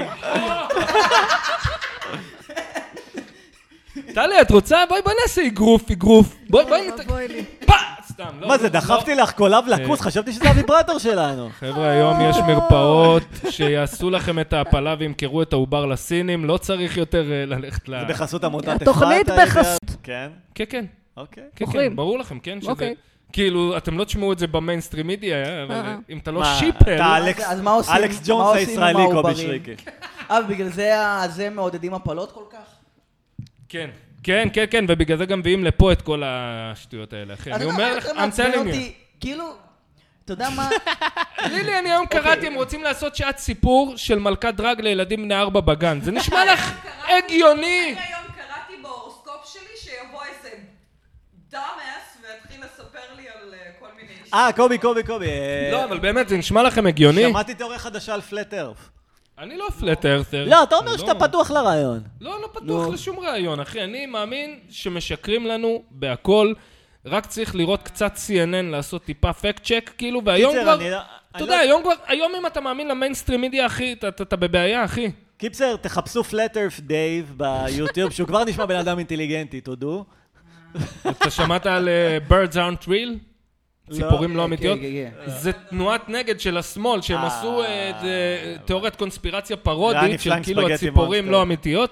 טלי, את רוצה? בואי נעשה אגרוף, אגרוף. בואי, בואי. מה זה, דחפתי לך קולב לכוס, חשבתי שזה הוויברטור שלנו. חבר'ה, היום יש מרפאות שיעשו לכם את ההפלה וימכרו את העובר לסינים, לא צריך יותר ללכת ל... זה בחסות עמותת אחד? התוכנית בחסות. כן? כן, כן. אוקיי. כן, כן, ברור לכם, כן? אוקיי. כאילו, אתם לא תשמעו את זה במיינסטרים מידיה, אבל אם אתה לא שיפר... אז מה עושים? אלכס ג'ונס הישראלי, קובי שריקי. אבל בגלל זה מעודדים הפלות כל כך? כן. כן, כן, כן, ובגלל זה גם מביאים לפה את כל השטויות האלה, אחי. אני אומר לך, I'm telling you. כאילו, אתה יודע מה? לילי, אני היום קראתי, הם רוצים לעשות שעת סיפור של מלכת דרג לילדים בני ארבע בגן. זה נשמע לך הגיוני. אני היום קראתי בהורוסקופ שלי שיבוא איזה דאמאס והתחיל לספר לי על כל מיני... אה, קובי, קובי, קובי. לא, אבל באמת, זה נשמע לכם הגיוני. שמעתי תיאוריה חדשה על פלט ארף. אני לא פלט ארת'ר. לא, אתה אומר שאתה פתוח לרעיון. לא, לא פתוח לשום רעיון, אחי. אני מאמין שמשקרים לנו בהכל. רק צריך לראות קצת סי אן אן, לעשות טיפה פקט צ'ק, כאילו, והיום כבר... אתה יודע, היום כבר... היום אם אתה מאמין למיינסטרים מידיה, אחי, אתה בבעיה, אחי. קיפסר, תחפשו פלט ארף דייב ביוטיוב, שהוא כבר נשמע בן אדם אינטליגנטי, תודו. אתה שמעת על Birds Aren't Real? ציפורים לא אמיתיות. זה תנועת נגד של השמאל, שהם עשו תיאוריית קונספירציה פרודית של כאילו הציפורים לא אמיתיות,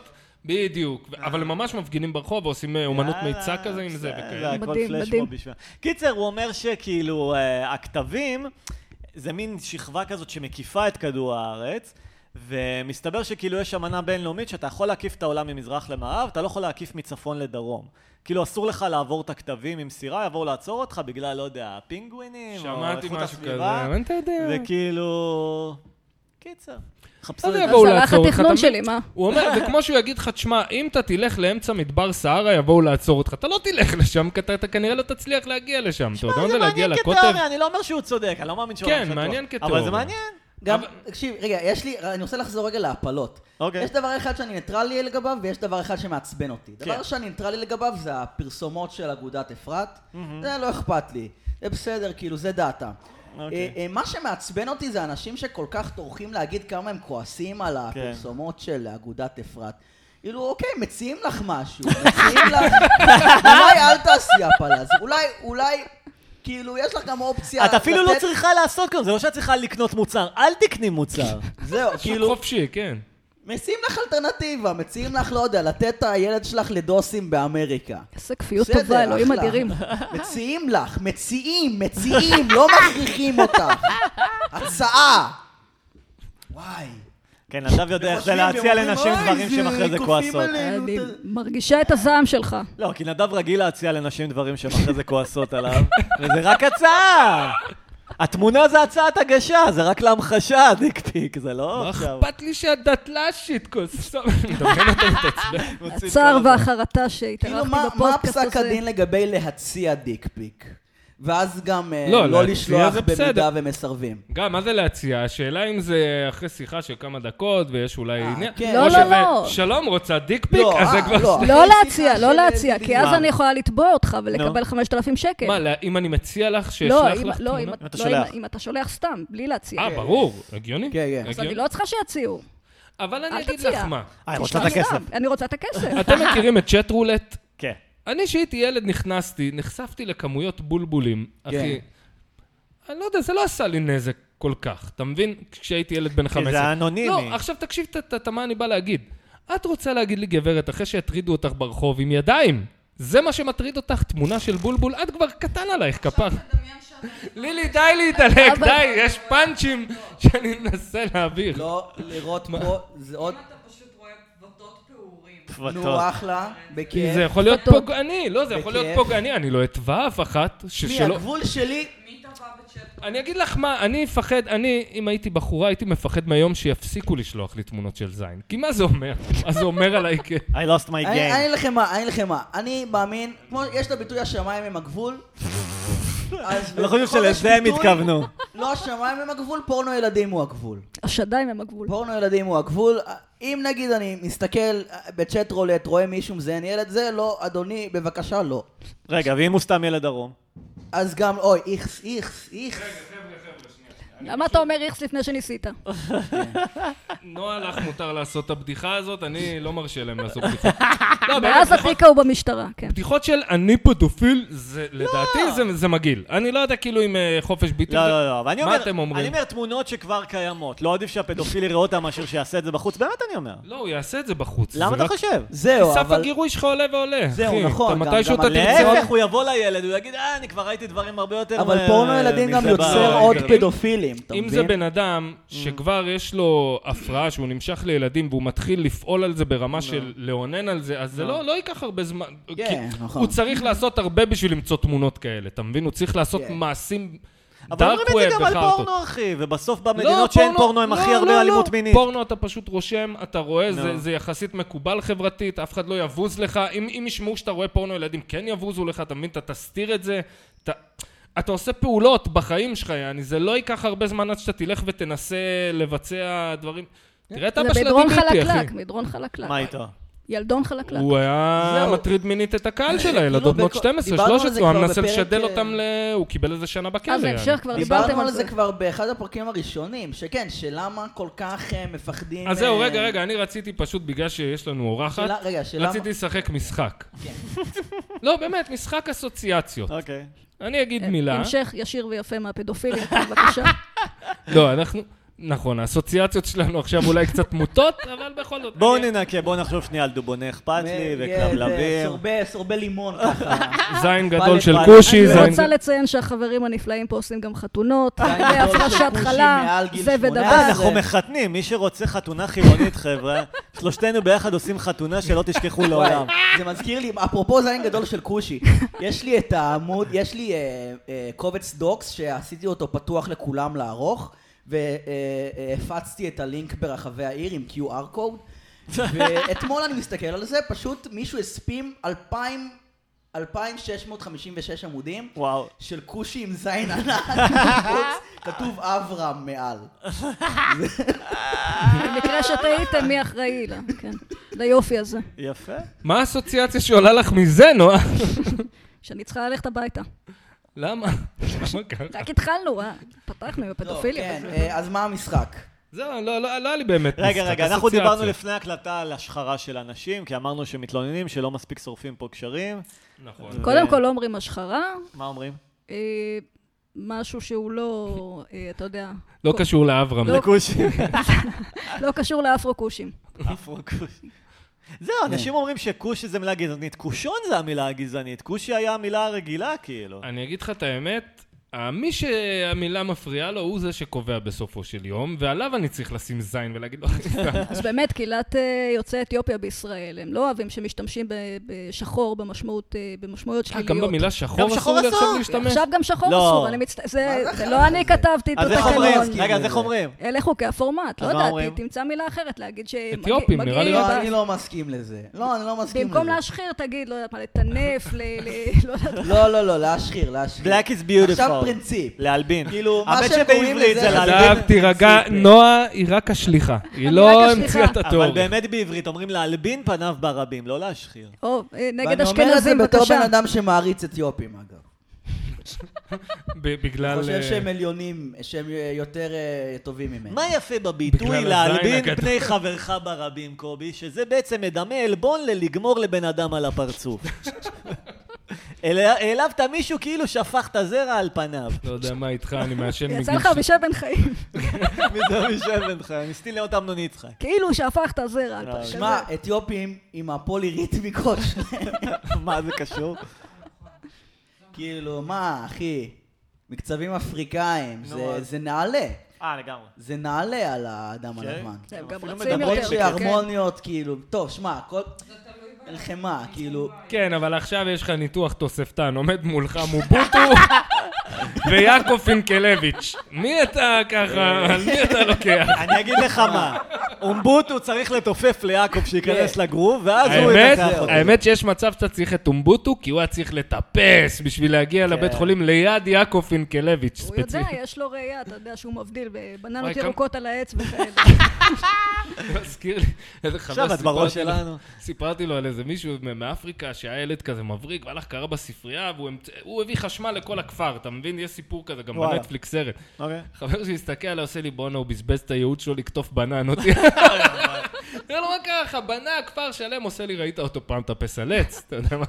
בדיוק, אבל הם ממש מפגינים ברחוב ועושים אומנות מיצה כזה עם זה וכאלה. מדהים, מדהים. קיצר, הוא אומר שכאילו הכתבים זה מין שכבה כזאת שמקיפה את כדור הארץ, ומסתבר שכאילו יש אמנה בינלאומית שאתה יכול להקיף את העולם ממזרח למערב, אתה לא יכול להקיף מצפון לדרום. כאילו אסור לך לעבור את הכתבים עם סירה, יבואו לעצור אותך בגלל, לא יודע, פינגווינים, או איכות הסביבה. שמעתי משהו כזה, וכאילו... קיצר. חפשו את זה. זה הלך התכנון שלי, מה? הוא אומר, זה כמו שהוא יגיד לך, תשמע, אם אתה תלך לאמצע מדבר סהרה, יבואו לעצור אותך. אתה לא תלך לשם, כי אתה כנראה לא תצליח להגיע לשם. אתה יודע, זה להגיע לקוטב. אני לא אומר שהוא צודק, אני לא מאמין שהוא כן, מעניין כתיאוריה. אבל זה מעניין. גם, תקשיב, רגע, יש לי, אני רוצה לחזור רגע להפלות. יש דבר אחד שאני ניטרלי לגביו, ויש דבר אחד שמעצבן אותי. דבר שאני ניטרלי לגביו זה הפרסומות של אגודת אפרת. זה לא אכפת לי. זה בסדר, כאילו, זה דאטה. מה שמעצבן אותי זה אנשים שכל כך טורחים להגיד כמה הם כועסים על הפרסומות של אגודת אפרת. כאילו, אוקיי, מציעים לך משהו, מציעים לך... אולי אל תעשי הפלה, אולי, אולי... כאילו, יש לך גם אופציה... את אפילו לא צריכה לעשות כלום, זה לא שאת צריכה לקנות מוצר, אל תקני מוצר. זהו, כאילו... חופשי, כן. מציעים לך אלטרנטיבה, מציעים לך, לא יודע, לתת את הילד שלך לדוסים באמריקה. איזה כפיות טובה, אלוהים אדירים. מציעים לך, מציעים, מציעים, לא מכריחים אותך. הצעה. וואי. כן, נדב יודע איך זה להציע לנשים דברים שהם אחרי זה כועסות. אני מרגישה את הזעם שלך. לא, כי נדב רגיל להציע לנשים דברים שהם אחרי זה כועסות עליו, וזה רק הצעה! התמונה זה הצעת הגשה, זה רק להמחשה, דיקפיק, זה לא עכשיו. מה אכפת לי שאת דתל"שית, כוסו? אני מדמיין אותה מתעצבן. הצער והחרטה שהתארחתי בפודקאסט הזה. מה פסק הדין לגבי להציע דיקפיק? ואז גם לא לשלוח במידה ומסרבים. גם, מה זה להציע? השאלה אם זה אחרי שיחה של כמה דקות ויש אולי... לא, לא, לא. שלום, רוצה דיק-פיק? לא להציע, לא להציע, כי אז אני יכולה לתבוע אותך ולקבל חמשת אלפים שקל. מה, אם אני מציע לך שישלח לך תמונה? לא, אם אתה שולח סתם, בלי להציע. אה, ברור, הגיוני. אז אני לא צריכה שיציעו. אבל אני אגיד לך מה. אני רוצה את הכסף. אני רוצה את הכסף. אתם מכירים את צ'אט רולט? כן. אני שהייתי ילד נכנסתי, נחשפתי לכמויות בולבולים, אחי. אני לא יודע, זה לא עשה לי נזק כל כך, אתה מבין? כשהייתי ילד בן חמש עשרה. כי זה אנונימי. לא, עכשיו תקשיב את מה אני בא להגיד. את רוצה להגיד לי, גברת, אחרי שהטרידו אותך ברחוב עם ידיים, זה מה שמטריד אותך, תמונה של בולבול, את כבר קטן עלייך, כפר. לילי, די להתעלק, די, יש פאנצ'ים שאני מנסה להעביר. לא, לראות פה, זה עוד... נו, אחלה, בכיף. זה יכול להיות פוגעני, לא, זה יכול להיות פוגעני, אני לא אתבע אף אחת. מי, הגבול שלי? מי תבע בצ'אט? אני אגיד לך מה, אני אפחד, אני, אם הייתי בחורה, הייתי מפחד מהיום שיפסיקו לשלוח לי תמונות של זין. כי מה זה אומר? מה זה אומר עליי כ... I lost my game. אני לכם מה, אני לכם מה. אני מאמין, כמו, יש את הביטוי השמיים עם הגבול. אני חושב שלזה הם התכוונו. לא, השמיים הם הגבול, פורנו ילדים הוא הגבול. השדיים הם הגבול. פורנו ילדים הוא הגבול. אם נגיד אני מסתכל בצ'אט רולט, רואה מישהו מזיין ילד, זה לא, אדוני, בבקשה, לא. רגע, ואם הוא סתם ילד ערום? אז גם, אוי, איכס, איכס, איכס. רגע, חבר'ה, חבר'ה, שנייה. למה אתה אומר איכס לפני שניסית? נועה, לך מותר לעשות את הבדיחה הזאת, אני לא מרשה להם לעשות בדיחה. ואז התיקה הוא במשטרה, כן. בדיחות של אני פדופיל, לדעתי זה מגעיל. אני לא יודע כאילו עם חופש ביטוי. לא, לא, לא. מה אתם אומרים? אני אומר תמונות שכבר קיימות. לא עדיף שהפדופיל יראה אותם מאשר שיעשה את זה בחוץ. באמת אני אומר. לא, הוא יעשה את זה בחוץ. למה אתה חושב? זהו, אבל... סף הגירוי שלך עולה ועולה. זהו, נכון. להפך, הוא יבוא לילד, הוא יגיד, אה, אני כבר ראיתי דברים הרבה יותר... אבל פורנו ילדים גם יוצר עוד פדופילים, אתה מבין? אם זה בן אדם שכבר יש לו הפרעה שהוא נמשך לילדים והוא מתחיל לפעול על זה ברמה של לעונן על זה, אז זה לא ייקח הרבה זמן. הוא צריך לעשות הרבה בשביל למצוא תמונות כאלה, אתה מבין? הוא צריך לעשות מעשים אבל אומרים את זה גם על פורנו, אחי, ובסוף במדינות שאין פורנו הם הכי הרבה אלימות מינית. פורנו אתה פשוט רושם, אתה רואה, זה יחסית מקובל חברתית, אף אחד לא יבוז לך. אם ישמעו שאתה רואה פורנו ילדים, כן יבוזו לך, אתה מבין? אתה תסתיר את זה. אתה עושה פעולות בחיים שלך, יעני, זה לא ייקח הרבה זמן עד שאתה תלך ותנסה לבצע דברים. תראה את אבא של הדימיטי, אחי. מדרון חלקלק. מה איתו? ילדון חלקלק. הוא היה מטריד מינית את הקהל שלה, ילדות בנות שתים עשרה שלוש עשרה, הוא מנסה לשדל אותם, הוא קיבל איזה שנה בכלא. אז המשך כבר דיברתם דיברנו על זה כבר באחד הפרקים הראשונים, שכן, שלמה כל כך מפחדים... אז זהו, רגע, רגע, אני רציתי פשוט, בגלל שיש לנו אורחת, רציתי לשחק משחק. לא, באמת, משחק אסוציאציות. אוקיי. אני אגיד מילה. המשך ישיר ויפה מהפדופילים, בבקשה. לא, אנחנו... נכון, האסוציאציות שלנו עכשיו אולי קצת מוטות, אבל בכל זאת... בואו ננקה, בואו נחשוב שנייה על דובוני אכפת לי וכלבלבים. סורבי לימון ככה. זין גדול של קושי. אני רוצה לציין שהחברים הנפלאים פה עושים גם חתונות, והפרשת חלה, זה ודבר. אנחנו מחתנים, מי שרוצה חתונה חילונית, חבר'ה, שלושתנו ביחד עושים חתונה שלא תשכחו לעולם. זה מזכיר לי, אפרופו זין גדול של קושי, יש לי את העמוד, יש לי קובץ דוקס שעשיתי אותו פתוח לכולם לערוך, והפצתי את הלינק ברחבי העיר עם קיו אר קוד, ואתמול אני מסתכל על זה, פשוט מישהו הספים אלפיים שש מאות חמישים ושש עמודים של קושי עם זין ענק, כתוב אברהם מעל. במקרה שתהיתם מי אחראי לה, כן, ליופי הזה. יפה. מה האסוציאציה שעולה לך מזה, נועה? שאני צריכה ללכת הביתה. למה? רק התחלנו, פתחנו עם הפדופיליה. אז מה המשחק? זהו, לא היה לי באמת משחק. רגע, רגע, אנחנו דיברנו לפני הקלטה על השחרה של אנשים, כי אמרנו שמתלוננים שלא מספיק שורפים פה קשרים. נכון. קודם כל לא אומרים השחרה. מה אומרים? משהו שהוא לא, אתה יודע... לא קשור לאברהם. לקושים. לא קשור לאפרו-קושים. אפרו-קושים. זהו, אנשים אומרים שקושי זה מילה גזענית. קושון זה המילה הגזענית. קושי היה המילה הרגילה, כאילו. אני אגיד לך את האמת, מי שהמילה מפריעה לו הוא זה שקובע בסופו של יום, ועליו אני צריך לשים זין ולהגיד לו... אז באמת, קהילת יוצאי אתיופיה בישראל, הם לא אוהבים שמשתמשים בשחור במשמעויות שליליות. גם במילה שחור אסור לי עכשיו להשתמש? עכשיו גם שחור אסור, זה לא אני כתבתי את התקנון. רגע, אז איך אומרים? אלה חוקי הפורמט, לא יודעת, תמצא מילה אחרת להגיד ש... אתיופים, נראה לי... לא, אני לא מסכים לזה. לא, אני לא מסכים לזה. במקום להשחיר, תגיד, לא יודעת מה, לטנף, לא, לא, לא, להשחיר, להשחיר. Black is beautiful. עכשיו פרינציפ. להלבין. כאילו, מה שהם קוראים לזה... עכשיו תירגע, נועה היא רק השליחה. היא לא המציאה את התיאוריה. אבל באמת בעברית אומרים להלבין פניו ברבים, לא להשחיר. או, נגד אשכנזים, בבקשה. ואני אומר את זה בתור בן אדם שמעריץ אתיופים, אגב. בגלל... אני חושב שהם עליונים, שהם יותר טובים ממנו. מה יפה בביטוי להלבין פני חברך ברבים, קובי? שזה בעצם מדמה עלבון ללגמור לבן אדם על הפרצוף. העלבת מישהו כאילו שפך את הזרע על פניו. לא יודע מה איתך, אני מעשן מגיל... יצא לך אבישי בן חיים. מי זה אבישי בן חיים? ניסיתי להיות אמנון יצחק. כאילו שפך את הזרע על פניו. שמע, אתיופים עם הפוליריתמיקות שלהם. מה זה קשור? כאילו, מה, אחי? מקצבים אפריקאים, זה נעלה. אה, לגמרי. זה נעלה על האדם הלבן. הם גם רצים יותר. שהרמוניות, כאילו... טוב, שמע, הכל... מלחמה, כאילו... כן, אבל עכשיו יש לך ניתוח תוספתן, עומד מולך מובוטו ויעקב פינקלביץ'. מי אתה ככה? על מי אתה לוקח? אני אגיד לך מה, אומבוטו צריך לתופף ליעקב שייכנס לגרוב, ואז הוא יתקח אותו. האמת שיש מצב שאתה צריך את אומבוטו, כי הוא היה צריך לטפס בשביל להגיע לבית חולים ליד יעקב פינקלביץ' ספציפי. הוא יודע, יש לו ראייה, אתה יודע שהוא מבדיל בבננות ירוקות על העץ וכאלה. מזכיר לי, איזה חבר סיפרתי לו על איזה מישהו מאפריקה שהיה ילד כזה מבריק והלך קרא בספרייה והוא הביא חשמל לכל הכפר, אתה מבין? יש סיפור כזה גם בנטפליקס סרט. חבר שהסתכל עליו עושה לי בונה, הוא בזבז את הייעוד שלו לקטוף בננות. לא מה ככה, בנה הכפר שלם עושה לי, ראית אותו פעם טפס על עץ, אתה יודע מה?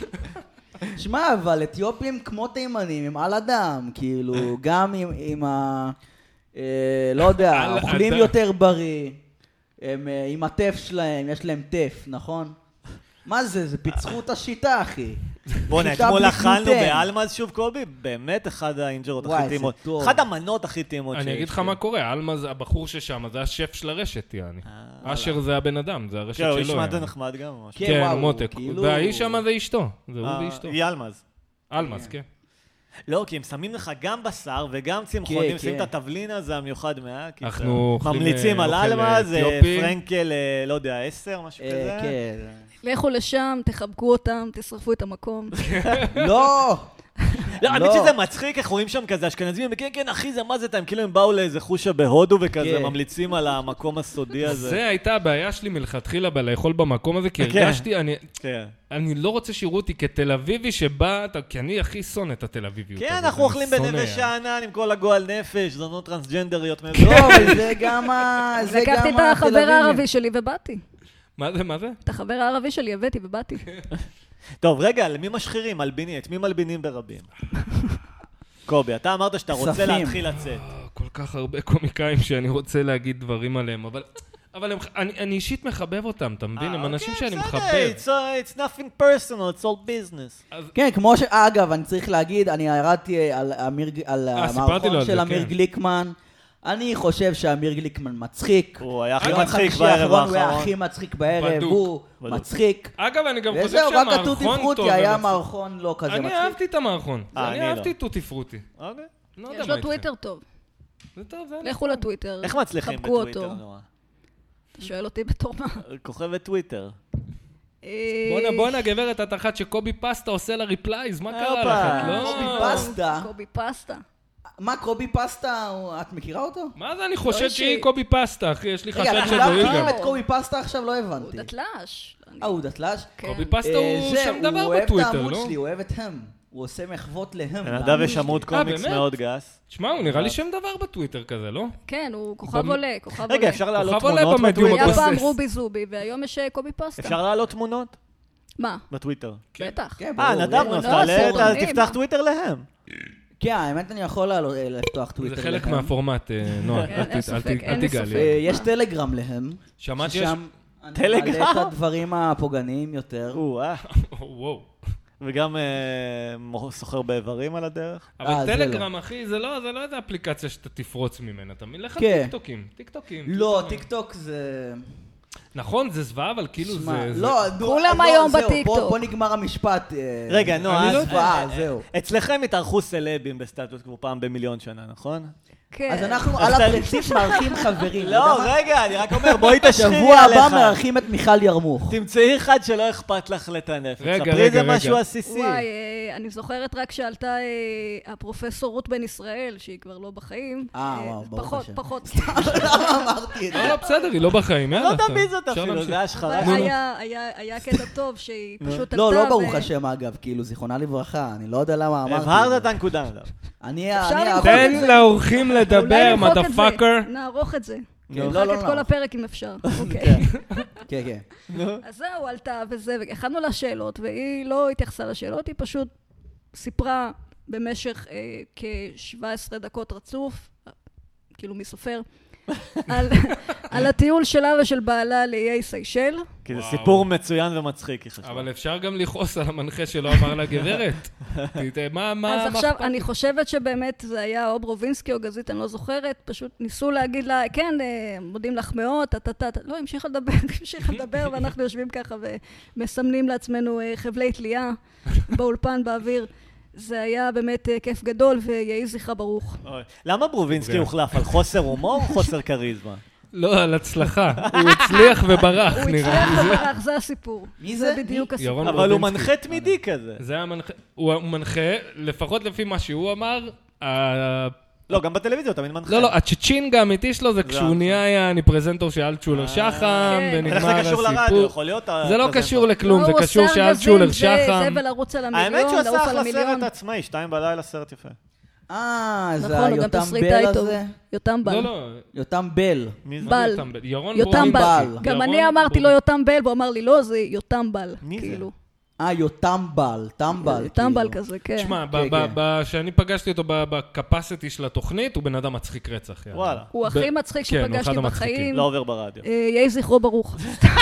שמע, אבל אתיופים כמו תימנים, הם על אדם, כאילו, גם עם ה... לא יודע, אוכלים יותר בריא, הם עם הטף שלהם, יש להם טף, נכון? מה זה? זה פיצחו את השיטה, אחי. בוא'נה, אתמול אכלנו באלמז שוב, קובי, באמת אחד האינג'רות הכי טעימות. אחד המנות הכי טעימות שיש. אני אגיד לך מה קורה, אלמז, הבחור ששם, זה השף של הרשת, יעני. אשר זה הבן אדם, זה הרשת שלו. כן, הוא ישמע את זה נחמד גם. כן, מותק. והאיש שם זה אשתו, זה הוא ואשתו. היא אלמז. אלמז, כן. לא, כי הם שמים לך גם בשר וגם צמחונים, שמים את התבלין הזה המיוחד מה, אנחנו ממליצים על אלמז, פרנקל, לא יודע, עשר, משהו כזה. לכו לשם, תחבקו אותם, תשרפו את המקום. לא! לא, האמת שזה מצחיק, איך רואים שם כזה אשכנזים, וכן, כן, אחי, זה מה זה, הם כאילו הם באו לאיזה חושה בהודו וכזה, ממליצים על המקום הסודי הזה. זה הייתה הבעיה שלי מלכתחילה בלאכול במקום הזה, כי הרגשתי, אני לא רוצה שיראו אותי כתל אביבי שבא, כי אני הכי שונא את התל אביביות. כן, אנחנו אוכלים בנווה שאנן עם כל הגועל נפש, זונות טרנסג'נדריות. לא, זה גם ה... לקחתי את החבר הערבי שלי ובאתי. מה זה, מה זה? את החבר הערבי שלי הבאתי ובאתי. טוב, רגע, למי משחירים? מלביני, את מי מלבינים ברבים? קובי, אתה אמרת שאתה רוצה להתחיל לצאת. כל כך הרבה קומיקאים שאני רוצה להגיד דברים עליהם, אבל... אבל הם, אני, אני אישית מחבב אותם, אתה מבין? הם אנשים שאני מחבב. It's nothing personal, it's all business. כן, כמו ש... אגב, אני צריך להגיד, אני ירדתי על המערכון של אמיר גליקמן. אני חושב שאמיר גליקמן מצחיק. הוא היה הכי מצחיק בערב האחרון. הוא היה הכי מצחיק בערב, הוא מצחיק. אגב, אני גם חושב וזהו, רק שהמערכון הטוטי פרוטי היה מערכון לא כזה מצחיק. אני אהבתי את המערכון. אני אהבתי את טוטי פרוטי. יש לו טוויטר טוב. זה טוב, זה... לכו לטוויטר. איך מצליחים בטוויטר, נורא? אתה שואל אותי בתור מה? כוכבת טוויטר. בואנה, בואנה, גברת, את אחת שקובי פסטה עושה לה ריפלייז, מה קרה לך? לא... קובי פסטה? קובי פסטה. מה, קובי פסטה, את מכירה אותו? מה זה, אני חושב שהיא קובי פסטה, אחי, יש לי חשד רגע, שזו כולם היא מכירים גם. את קובי פסטה עכשיו? לא הבנתי. הוא דתל"ש. אה, הוא דתל"ש? קובי פסטה הוא שם דבר בטוויטר, הוא אוהב את העמוד לא? שלי, הוא אוהב את הם. הוא עושה מחוות להם. נדב יש עמוד קומיקס מאוד גס. תשמע, הוא נראה לי שם דבר בטוויטר כזה, לא? כן, הוא כוכב עולה, כוכב עולה. רגע, אפשר להעלות כוכב עולה תמונות במדיום בטוויטר? היה הגוסס. פעם רובי זובי, והיום יש קובי פסטה. אפשר להעלות תמונות? מה? בטוויטר. בטח. אה, נדב, נו, תעלה, תפתח טוויטר להם. כן, האמת אני יכול לפתוח טוויטר להם. זה חלק מהפורמט, נועה, אל תיגע לי. יש טלגרם להם. שמעתי יש... טלגרם? אני מעלה את הדברים הפוגעניים יותר. וואו. וגם סוחר באיברים על הדרך. אבל טלגרם, אחי, זה לא איזה אפליקציה שאתה תפרוץ ממנה. אתה מבין לך טיקטוקים. טיקטוקים. לא, טיקטוק זה... נכון, זה זוועה, אבל כאילו זה... לא, כולם היום בטיקטוק. בוא נגמר המשפט. רגע, נו, זהו. אצלכם התארחו סלבים בסטטוס קוו פעם במיליון שנה, נכון? כן. אז אנחנו על הפרינציפ מארחים חברים. לא, רגע, אני רק אומר, בואי תשחירי שבוע עליך. הבא מארחים את מיכל ירמוך. תמצאי אחד שלא אכפת לך לטנף. רגע, ספרי רגע, זה רגע. משהו עסיסי. וואי, אני זוכרת רק שעלתה הפרופסור רות בן ישראל, שהיא כבר לא בחיים. אה, וואו, ברוך פחות, השם. פחות. למה אמרתי את זה? לא, לא, בסדר, היא לא בחיים, לא יאללה. יודע מי זאת אפילו, זה השחרה. היה קטע טוב שהיא פשוט עלתה. לא, לא ברוך השם אגב, כאילו, זיכרונה לברכה, אני לא יודע למה אמרתי. הבהרת את הנקודה, נדב. אני... תן לאורחים לדבר, מדפאקר. נערוך את זה. לא, נרחק לא, את לא. כל הפרק אם אפשר. אוקיי. כן, כן. אז זהו, עלתה וזה, והכנו לה שאלות, והיא לא התייחסה לשאלות, היא פשוט סיפרה במשך אה, כ-שבע עשרה דקות רצוף, כאילו מי סופר, על, על הטיול שלה ושל בעלה לאיי סיישל. כי זה סיפור מצוין ומצחיק, היא חשבה. אבל אפשר גם לכעוס על המנחה שלא אמר לה גברת. מה, מה, אז עכשיו, אני חושבת שבאמת זה היה או ברובינסקי או גזית, אני לא זוכרת, פשוט ניסו להגיד לה, כן, מודים לך מאוד, טטטט, לא, המשיכה לדבר, המשיכה לדבר, ואנחנו יושבים ככה ומסמנים לעצמנו חבלי תלייה באולפן, באוויר. זה היה באמת כיף גדול, ויהי זכרה ברוך. למה ברובינסקי הוחלף? על חוסר הומור או חוסר כריזמה? לא, על הצלחה. הוא הצליח וברח, הוא נראה. הצליח וברח, זה הסיפור. מי זה? זה בדיוק הסיפור. אבל הוא מנחה תמידי כזה. זה המנחה, הוא מנחה, לפחות לפי מה שהוא אמר, לא, גם בטלוויזיה הוא תמיד מנחה. לא, לא, הצ'צ'ינג האמיתי שלו זה כשהוא נהיה אני פרזנטור של אלטשולר שחם, ונגמר הסיפור. איך זה קשור לרדיו? יכול להיות... זה לא קשור לכלום, זה קשור שאלטשולר שחם. זה ולרוץ על המיליון, האמת שהוא לעוף עשה על אחלה המיליון. סרט עצמאי, שתיים בלילה סרט יפה. אה, זה נכון, הוא גם היותם תסריטאי בל טוב. הזה? יותם בל. לא, לא. יותם בל. מי זה? בל. יותם בל. ירון יותם בל. ברובינסקי. גם ירון אני אמרתי לו ברובינסקי. יותם בל, והוא אמר לי לא, זה יותם בל. מי זה? כאילו. אה, יותם בל, תם בל. יותם בל כאילו. כזה, כן. תשמע, כן, כן. כשאני פגשתי אותו בקפסיטי של התוכנית, הוא בן אדם מצחיק רצח. יאללה. וואלה. הוא הכי מצחיק כן, הוא שפגשתי אחד המצחיקים. בחיים. לא עובר ברדיו. אה, יהי זכרו ברוך.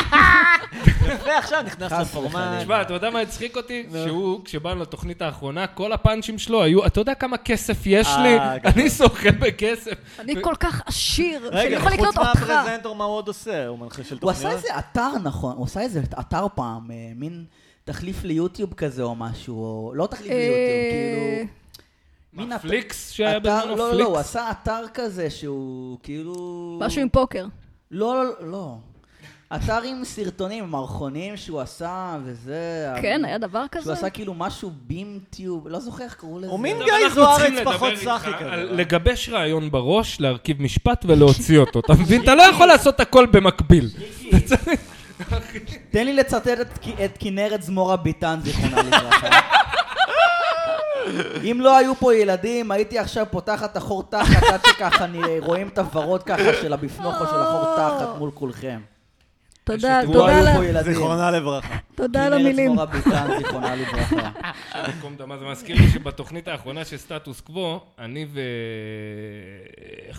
ועכשיו נכנס חס לפורמט. וחלילה. תשמע, אתה יודע מה הצחיק אותי? שהוא, כשבאנו לתוכנית האחרונה, כל הפאנצ'ים שלו היו, אתה יודע כמה כסף יש לי? אה, גדול. אני שוחה בכסף. אני כל כך עשיר, שאני רגע, יכול חוץ לקנות אותך. מהפרזנטור, מה הוא עוד עושה? הוא מנחה של הוא עשה תוכניות? איזה אתר, נכון, הוא עשה איזה אתר פעם, אה, מין תחליף ליוטיוב כזה או משהו, או לא תחליף ליוטיוב, כאילו... מין מה, אתר- פליקס שהיה אתר- בזמנו? לא, לא, פליקס? הוא עשה אתר כזה שהוא כאילו... משהו עם פוקר. לא, לא, לא. אתר עם סרטונים, מערכונים שהוא עשה, וזה... כן, היה דבר כזה? שהוא עשה כאילו משהו בימטיוב, לא זוכר איך קראו לזה. הוא מין טוב, גיא אנחנו צריכים זוארץ לדבר פחות איתך סחי על כזה. לגבש רעיון בראש, להרכיב משפט ולהוציא אותו. אתה מבין? אתה לא יכול לעשות הכל במקביל. תן לי לצטט את, את כנרת זמורה ביטן, זיכרונה לברכה. אם לא היו פה ילדים, הייתי עכשיו פותחת החור תחת, עד שככה אני רואים את הוורוד ככה של הבפנוך או של החור תחת מול כולכם. תודה, לא תודה היו ל- פה ילדים. זיכרונה לברכה. תודה על המילים. כנרת זמורה ביטן, זיכרונה לברכה. זה מזכיר לי שבתוכנית האחרונה של סטטוס קוו, אני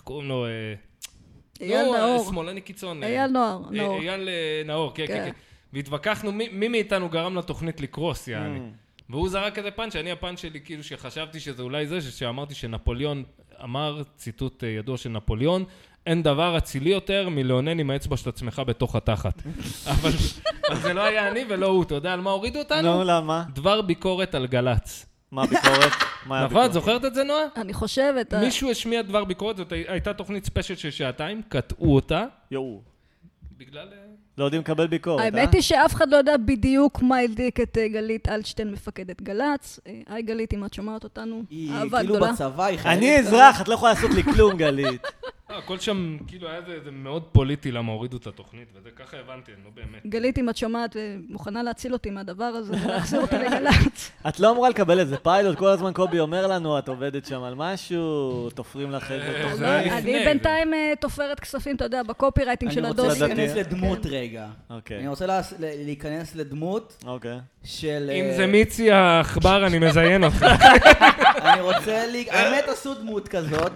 אייל נאור. שמאלני קיצון. אייל נאור. אייל נאור, כן, כן, כן. והתווכחנו מי מאיתנו גרם לתוכנית לקרוס, יעני. והוא זרק איזה פאנץ', אני הפאנץ' שלי, כאילו שחשבתי שזה אולי זה, שאמרתי שנפוליאון אמר, ציטוט ידוע של נפוליאון, אין דבר אצילי יותר מלאונן עם האצבע של עצמך בתוך התחת. אבל זה לא היה אני ולא הוא, אתה יודע על מה הורידו אותנו? נו, למה? דבר ביקורת על גלץ. מה ביקורת? נכון, זוכרת את זה, נועה? אני חושבת... מישהו השמיע דבר ביקורת, זאת הייתה תוכנית ספיישל של שעתיים, קטעו אותה. יואו. בגלל... לא יודעים לקבל ביקורת, אה? האמת היא שאף אחד לא יודע בדיוק מה הלדיק את גלית אלטשטיין, מפקדת גלץ. היי גלית, אם את שומעת אותנו, אהבה גדולה. כאילו בצבא היא חייבת... אני אזרח, את לא יכולה לעשות לי כלום, גלית. הכל שם, כאילו היה זה מאוד פוליטי למה הורידו את התוכנית, וזה ככה הבנתי, לא באמת. גלית, אם את שומעת ומוכנה להציל אותי מהדבר הזה, להחזיר אותי לגלץ. את לא אמורה לקבל איזה פיילוט, כל הזמן קובי אומר לנו, את עובדת שם על משהו, תופרים לך איזה תוכנית. אני בינתיים תופרת כספים, אתה יודע, בקופירייטינג של הדוס. אני רוצה להיכנס לדמות רגע. אני רוצה להיכנס לדמות של... אם זה מיצי העכבר, אני מזיין אותך. אני רוצה... האמת עשו דמות כזאת.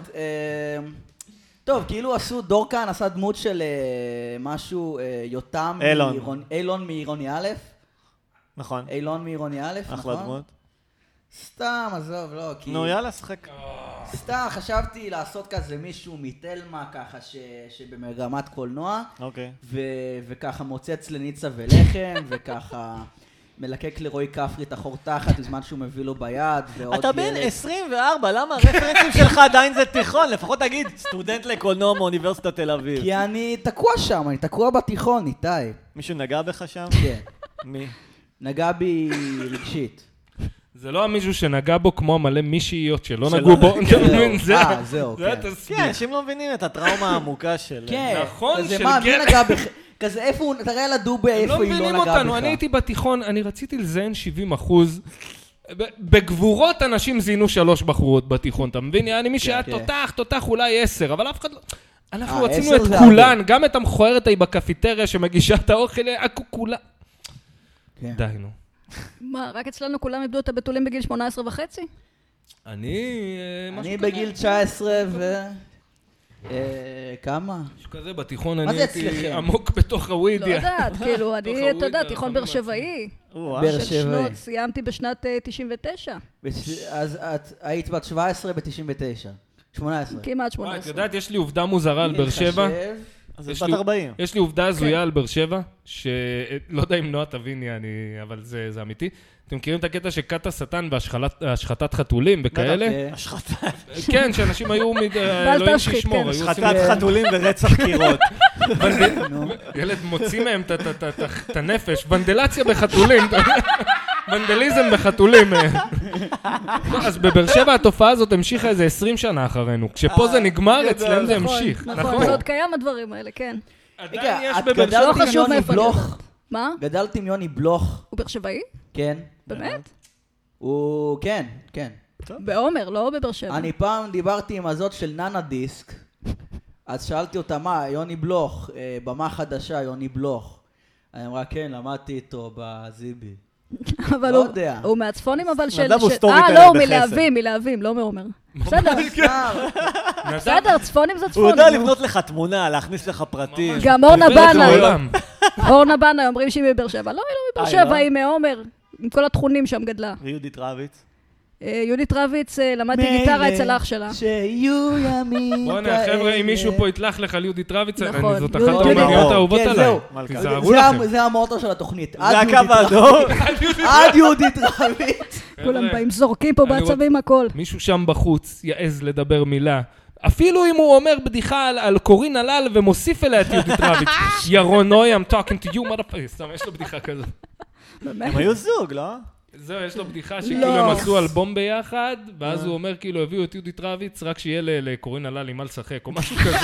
טוב, כאילו עשו, דורקן עשה דמות של משהו, יותם, אילון מעירוני א'. נכון. אילון מעירוני א', נכון? אחלה דמות. סתם, עזוב, לא, כי... נו, יאללה, שחק. סתם, חשבתי לעשות כזה מישהו מתלמה, ככה, שבמגמת קולנוע. אוקיי. וככה מוצץ לניצה ולחם, וככה... מלקק לרועי כפרי את החור תחת בזמן שהוא מביא לו ביד, ועוד אתה בן עשרים וארבע, למה הרפרנסים שלך עדיין זה תיכון? לפחות תגיד, סטודנט לקולנוע מאוניברסיטת תל אביב. כי אני תקוע שם, אני תקוע בתיכון, איתי. מישהו נגע בך שם? כן. מי? נגע בי רגשית. זה לא המישהו שנגע בו כמו המלא מישהיות שלא נגעו בו. אה, זהו, כן. כן, אנשים לא מבינים את הטראומה העמוקה של... כן, זה מה, מי נגע בך... כזה איפה הוא, תראה לה דובה איפה היא לא נגעה בך. לא מבינים אותנו, אני הייתי בתיכון, אני רציתי לזיין שבעים אחוז. בגבורות אנשים זיינו שלוש בחורות בתיכון, אתה מבין? אני מי שהיה תותח, תותח אולי עשר, אבל אף אחד לא... אנחנו רצינו את כולן, גם את המכוערת ההיא בקפיטריה שמגישה את האוכל, עקו כולה. די, נו. מה, רק אצלנו כולם איבדו את הבתולים בגיל שמונה עשרה וחצי? אני... אני בגיל תשע עשרה ו... כמה? משהו כזה, בתיכון אני הייתי עמוק בתוך הווידיה. לא יודעת, כאילו, אני, אתה יודע, תיכון באר שבעי. באר שבעי. סיימתי בשנת תשעים ותשע. אז את היית בת שבע עשרה ב-תשעים ותשע. שמונה עשרה. כמעט שמונה עשרה. את יודעת, יש לי עובדה מוזרה על באר שבע. אז את בת ארבעים. יש לי עובדה הזויה על באר שבע, שלא יודע אם נועה תביני, אבל זה אמיתי. אתם מכירים את הקטע שקט השטן והשחטת חתולים וכאלה? השחטת. כן, שאנשים היו, אלוהים שישמור. השחטת חתולים ורצח קירות. ילד מוציא מהם את הנפש, ונדלציה בחתולים. ונדליזם בחתולים. אז בבאר שבע התופעה הזאת המשיכה איזה עשרים שנה אחרינו. כשפה זה נגמר, אצלם זה המשיך. נכון, זה עוד קיים הדברים האלה, כן. רגע, את גדלת עם יוני בלוך? מה? גדלת עם יוני בלוך. הוא באר שבעי? כן. באמת? הוא, כן, כן. בעומר, לא בבאר שבע. אני פעם דיברתי עם הזאת של ננה דיסק, אז שאלתי אותה, מה, יוני בלוך, במה חדשה, יוני בלוך. אני אמרה, כן, למדתי איתו בזיבי. אבל הוא מהצפונים, אבל של... נדב הוא סטורי אה, טלר לא, הוא בחסד. מלהבים, מלהבים, לא מעומר. בסדר. בסדר, צפונים זה הוא צפונים. יודע לבנות לך תמונה, להכניס לך פרטים. גם אורנה בנה. אורנה בנה, אומרים שהיא מבאר שבע. לא, היא לא מבאר שבע, היא מעומר. עם כל התכונים שם גדלה. ויהודית רביץ? יהודית רביץ, למדתי גיטרה אצל אח שלה. שיהיו ימים בוא נה, חבר'ה, אם מישהו פה יתלח לך על יהודית רביץ, נכון. זאת אחת האומניות האהובות עליי. תיזהרו לכם. זה המוטו של התוכנית. זה הקו האדום. עד יהודית רביץ. כולם באים זורקים פה בעצבים הכל. מישהו שם בחוץ יעז לדבר מילה. אפילו אם הוא אומר בדיחה על קורין הלל ומוסיף אליה את יהודית רביץ. ירון נוי, I'm talking to you, motherfucker. סתם, יש לו בדיחה כזאת. הם היו זוג, לא? זהו, יש לו בדיחה שכאילו הם עשו אלבום ביחד, ואז הוא אומר כאילו הביאו את יהודית רביץ רק שיהיה לקורין הלל עם מה לשחק, או משהו כזה.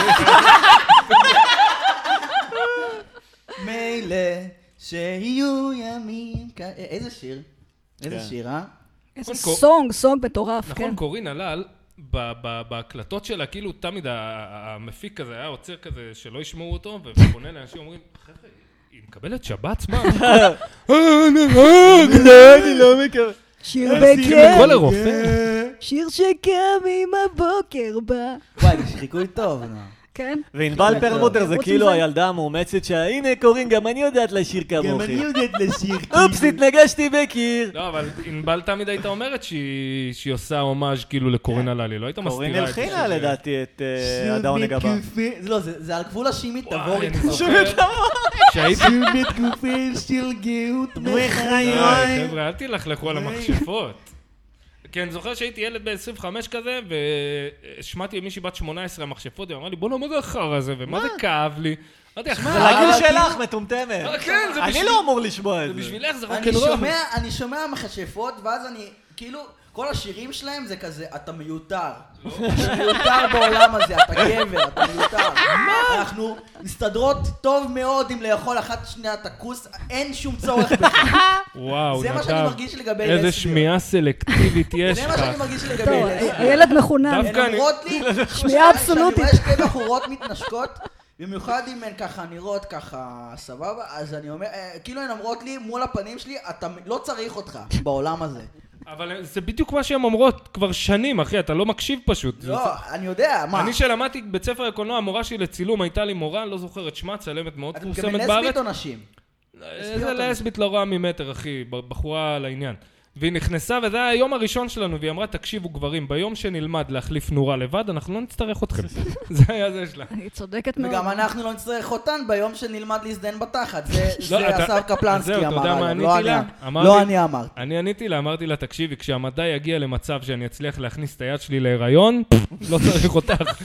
מילא שיהיו ימים... איזה שיר? איזה שיר, אה? איזה סונג, סונג מטורף, כן. נכון, קורין הלל, בהקלטות שלה, כאילו תמיד המפיק כזה היה עוצר כזה שלא ישמעו אותו, ופונה לאנשים אומרים, חבר'ה, היא מקבלת שבת? מה? אני לא מקבל. שיר בקר. כל הרופא. שיר שקם עם הבוקר בא. וואי, זה חיקוי טוב. כן. וענבל פרלמוטר זה כאילו הילדה המאומצת שהנה קורין, גם אני יודעת לשיר כמוכי. גם אני יודעת לשיר. אופס, התנגשתי בקיר. לא, אבל ענבל תמיד הייתה אומרת שהיא עושה הומאז' כאילו לקורין הללי, לא הייתה מסתירה את זה. קורין הלחינה לדעתי את הדאונג הבא. לא, זה על גבול השימית תבורי. שימית גופי של גאות מחיי. חבר'ה, אל תלכלכו על המכשפות. כן, זוכר שהייתי ילד ב-עשרים וחמש כזה, ושמעתי מישהי בת שמונה עשרה המכשפות, היא אמרה לי, בוא לא, מה זה אחר הזה, ומה זה כאב לי? זה לגיל שלך, מטומטמת. כן, זה בשביל... אני לא אמור לשמוע את זה. זה בשבילך, זה רוקנרול. אני שומע מכשפות, ואז אני, כאילו, כל השירים שלהם זה כזה, אתה מיותר. אתה מיותר בעולם הזה, אתה גבר, אתה מיותר. אנחנו מסתדרות טוב מאוד אם לאכול אחת שנייה את הכוס, אין שום צורך בכך. וואו, זה מה שאני מרגיש לגבי לסביות. איזה שמיעה סלקטיבית יש לך. זה מה שאני מרגיש לגבי לסביות. הילד מחונן. הן אומרות לי, שמיעה אבסולוטית. שאני רואה שתי בחורות מתנשקות, במיוחד אם הן ככה נראות ככה סבבה, אז אני אומר, כאילו הן אומרות לי מול הפנים שלי, אתה לא צריך אותך בעולם הזה. אבל זה בדיוק מה שהן אומרות כבר שנים, אחי, אתה לא מקשיב פשוט. לא, אני יודע, מה? אני שלמדתי בבית ספר הקולנוע, המורה שלי לצילום הייתה לי מורה, לא זוכרת שמה, צלמת מאוד פורסמת בארץ. אתם גם לסבית או נשים? איזה לסבית לא רואה ממטר, אחי, בחורה על העניין. והיא נכנסה, וזה היה היום הראשון שלנו, והיא אמרה, תקשיבו גברים, ביום שנלמד להחליף נורה לבד, אנחנו לא נצטרך אתכם. זה היה זה שלה. אני צודקת מאוד. וגם אנחנו לא נצטרך אותן ביום שנלמד להזדן בתחת. זה השר קפלנסקי אמר, לא אני אמרתי. אני עניתי לה, אמרתי לה, תקשיבי, כשהמדע יגיע למצב שאני אצליח להכניס את היד שלי להיריון, לא צריך אותך.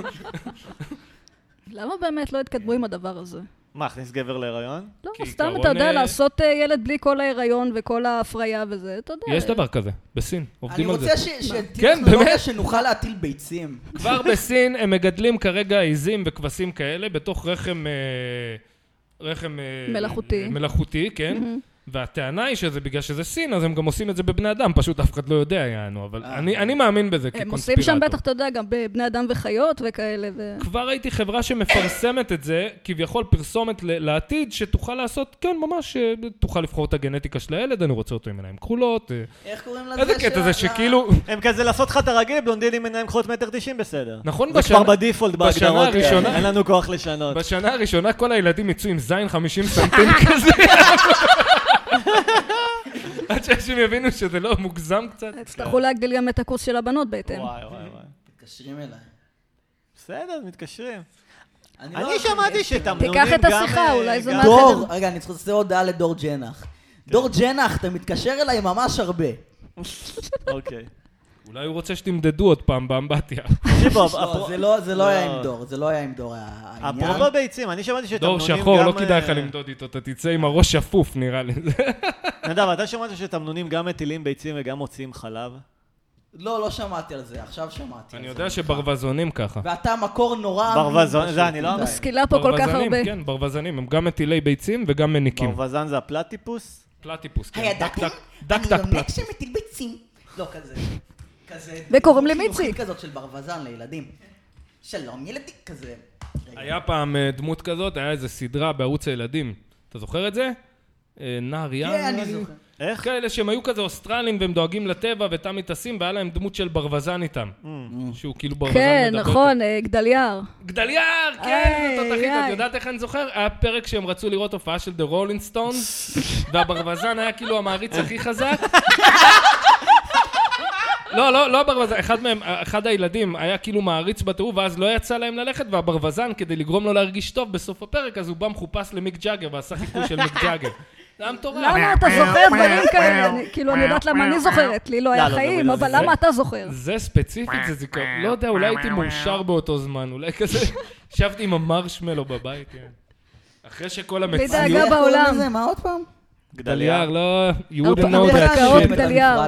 למה באמת לא התקדמו עם הדבר הזה? מה, הכניס גבר להיריון? לא, סתם אתה יודע, לעשות ילד בלי כל ההיריון וכל ההפריה וזה, אתה יודע. יש דבר כזה, בסין, עובדים על זה. אני רוצה שטכנולוגיה שנוכל להטיל ביצים. כבר בסין הם מגדלים כרגע עיזים וכבשים כאלה בתוך רחם... רחם... מלאכותי. מלאכותי, כן. והטענה היא שזה בגלל שזה סין, אז הם גם עושים את זה בבני אדם, פשוט אף אחד לא יודע, יענו, אבל אני, אני מאמין בזה כקונספירטור. הם עושים שם בטח, אתה יודע, גם בבני אדם וחיות וכאלה. ו... כבר הייתי חברה שמפרסמת את זה, כביכול פרסומת לעתיד, שתוכל לעשות, כן, ממש, תוכל לבחור את הגנטיקה של הילד, אני רוצה אותו עם עיניים כחולות. איך קוראים לזה? איזה קטע זה שכאילו... הם כזה לעשות לך את הרגיל, בלונדינים עם עיניים כחולות מטר תשעים בסדר. נכון, זה כבר בדיפולט בהגדרות, אין לנו כוח לשנות. בשנה הראשונה כל הילדים יצאו עם זין חמישים סנטים כזה. עד שאנשים יבינו שזה לא מוגזם קצת. הצטרכו להגדיל גם את הקורס של הבנות בהתאם. וואי וואי וואי. מתקשרים אליי. בסדר, מתקשרים. אני שמעתי שתמנונים גם... תיקח את השיחה, אולי זה מהחדר. דור, רגע, אני צריך לעשות הודעה לדור ג'נח. דור ג'נח, אתה מתקשר אליי ממש הרבה. אוקיי. אולי הוא רוצה שתמדדו עוד פעם באמבטיה. זה לא היה עם דור, זה לא היה עם דור העניין. אפרופו ביצים, אני שמעתי שתמנונים גם... דור שחור, לא כדאי לך למדוד איתו, אתה תצא עם הראש שפוף נראה לי. נדב, אתה שמעת שתמנונים גם מטילים ביצים וגם מוציאים חלב? לא, לא שמעתי על זה, עכשיו שמעתי. אני יודע שברווזונים ככה. ואתה מקור נורא... ברווזון, זה אני לא אומר. משכילה פה כל כך הרבה. כן, ברווזנים, הם גם מטילי ביצים וגם מניקים. ברווזן זה הפלטיפוס? פלטיפוס, כן. הידעתם? אני יונק שמטיל ביצים. לא, כזה. וקוראים לי מיצי. כזאת של ברווזן לילדים. שלום, ילדים כזה. היה פעם דמות כזאת, היה איזו סדרה בערוץ הילדים. אתה זוכר את זה? נער ים? כן, אני זוכר. איך? כאלה שהם היו כזה אוסטרלים והם דואגים לטבע ותמיד טסים והיה להם דמות של ברווזן איתם. שהוא כאילו ברווזן כן, נכון, גדליאר. גדליאר, כן, זאת תחית. את יודעת איך אני זוכר? היה פרק שהם רצו לראות הופעה של The Rolling Stones והברווזן היה כאילו המעריץ הכי חזק. לא, לא, לא הברווזן, אחד מהם, אחד הילדים היה כאילו מעריץ בטירוף ואז לא יצא להם ללכת והברווזן כדי לגרום לו להרגיש טוב בסוף הפרק אז הוא בא מחופש למיק ג'אגר ועשה חיקוי של מיק ג'אגר. זה היה מטורף. למה אתה זוכר דברים כאלה? כאילו אני יודעת למה אני זוכרת, לי לא היה חיים, אבל למה אתה זוכר? זה ספציפית, זה זיכרון, לא יודע, אולי הייתי מאושר באותו זמן, אולי כזה, שבתי עם המרשמלו בבית, אחרי שכל המציאות... לדאגה בעולם. מה עוד פעם? גדליאר, לא, you wouldn't know that shit. גדליאר.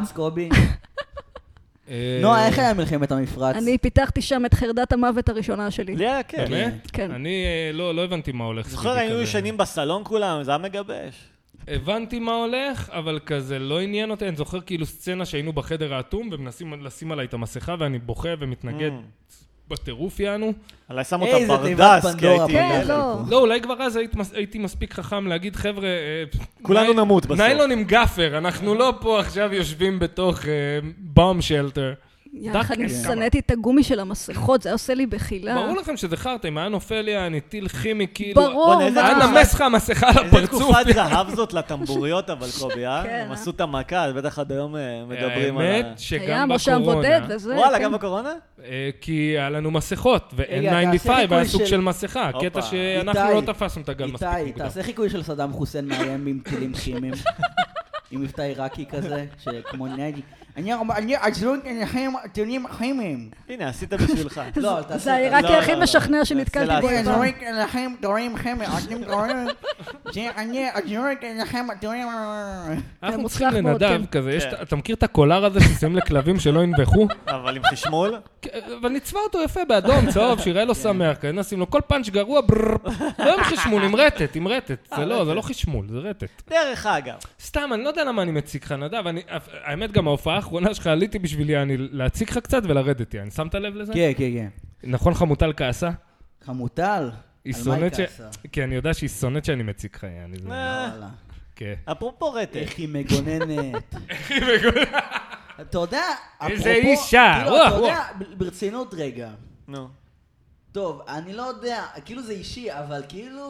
נועה, איך היה מלחמת המפרץ? אני פיתחתי שם את חרדת המוות הראשונה שלי. לי היה כיף. באמת? כן. אני לא הבנתי מה הולך. זוכר, היינו ישנים בסלון כולם, זה היה מגבש. הבנתי מה הולך, אבל כזה לא עניין אותי. אני זוכר כאילו סצנה שהיינו בחדר האטום, ומנסים לשים עליי את המסכה, ואני בוכה ומתנגד בטירוף יענו. עליי שם אותה ברדס, כי הייתי... כן, לא. לא, אולי כבר אז הייתי מספיק חכם להגיד, חבר'ה... כולנו נמות בסוף. ניילון עם גאפר, אנחנו לא פה עכשיו יושבים בתוך בום שלטר. יחד, אני שנאתי את הגומי של המסכות, זה עושה לי בחילה. ברור לכם שזה חרטא, אם היה נופל לי, אני טיל כימי, כאילו... ברור. היה נמס לך המסכה על הפרצוף. איזה תקופת זהב זאת לטמבוריות, אבל קובי, אה? הם עשו את המכה, אז בטח עד היום מדברים על... האמת שגם בקורונה... היה מושב בודד וזה... וואלה, גם בקורונה? כי היה לנו מסכות, ו-אן תשעים וחמש היה סוג של מסכה, קטע שאנחנו לא תפסנו את הגל מספיק מוקדם. איתי, תעשה חיקוי של סדאם חוסיין מאיים עם טילים כימיים. עם מבטא עיראקי כזה, שכמו נגי. אני אזרוק אליכם טילים כימיים. הנה, עשית בשבילך. לא, תעשה... זה העיראקי הכי משכנע שנתקלתי בו. אני אזרוק אליכם טילים כימיים. אתם קוראים... אני אזרוק אליכם טילים... אנחנו צריכים לנדב כזה, אתה מכיר את הקולר הזה ששמים לכלבים שלא ינבחו? אבל עם חשמול? אבל נצבע אותו יפה באדום, צהוב, שיראה לו שמח, נשים לו כל פאנץ' גרוע, לא עם חשמול, עם רטט, עם רטט. זה לא, זה לא חשמול, זה רטט. דרך אגב. סתם, אני לא יודע למה אני מציג לך, נדב, האמת גם ההופעה האחרונה שלך עליתי בשבילי, אני להציג לך קצת ולרדת, אני שמת לב לזה? כן, כן, כן. נכון חמוטל כעסה? חמוטל? על מה היא כעסה? כן, אני יודע שהיא שונאת שאני מציג לך, וואלה. אפרופו רטט. איך היא מגוננת. איך היא מגוננת. אתה יודע, איזה אישה, כאילו, אתה יודע, ברצינות רגע. נו. טוב, אני לא יודע, כאילו זה אישי, אבל כאילו...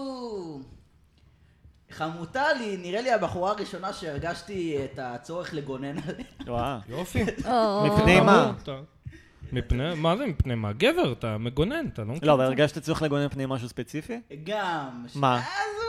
חמוטל היא, נראה לי הבחורה הראשונה שהרגשתי את הצורך לגונן עליה. וואו. יופי. מפני מה? מפני, מה זה מפני מה? גבר, אתה מגונן, אתה לא... לא, אבל הרגשת צורך לגונן מפני משהו ספציפי? גם. מה?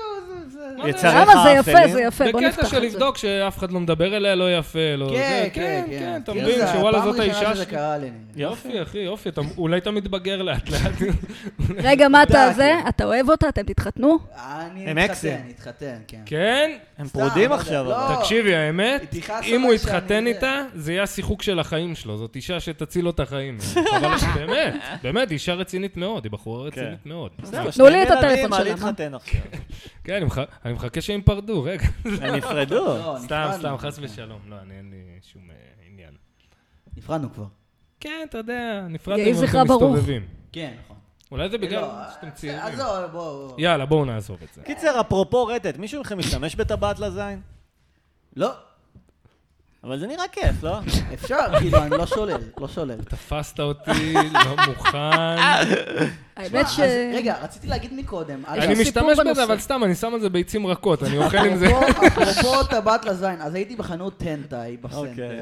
למה זה יפה, זה יפה, בוא נפתח את בקטע של לבדוק שאף אחד לא מדבר אליה, לא יפה, לא... כן, כן, כן, אתה מבין שוואלה זאת האישה שזה קרה לי. יופי, אחי, יופי, אולי אתה מתבגר לאט לאט. רגע, מה אתה זה? אתה אוהב אותה? אתם תתחתנו? אני אתחתן, אתחתן, כן. כן? הם פרודים עכשיו. תקשיבי, האמת, אם הוא יתחתן איתה, זה יהיה השיחוק של החיים שלו, זאת אישה שתציל לו את החיים. באמת, באמת, אישה רצינית מאוד, היא בחורה רצינית מאוד. תנו לי את הטלפון שלה. כן, אני מחכה שהם פרדו, רגע. הם נפרדו. סתם, סתם, חס ושלום. לא, אין לי שום עניין. נפרדנו כבר. כן, אתה יודע, נפרדנו ואתם מסתובבים. כן, נכון. אולי זה בגלל שאתם צעירים. עזוב, בואו. יאללה, בואו נעזוב את זה. קיצר, אפרופו רטט, מישהו מכם משתמש בטבעת לזין? לא. אבל זה נראה כיף, לא? אפשר, כאילו, אני לא שולל, לא שולל. תפסת אותי, לא מוכן. האמת ש... רגע, רציתי להגיד מקודם. אני משתמש בזה, אבל סתם, אני שם על זה ביצים רכות, אני אוכל עם זה. אפרופו טבעת לזין, אז הייתי בחנות טנטאי בסנטר,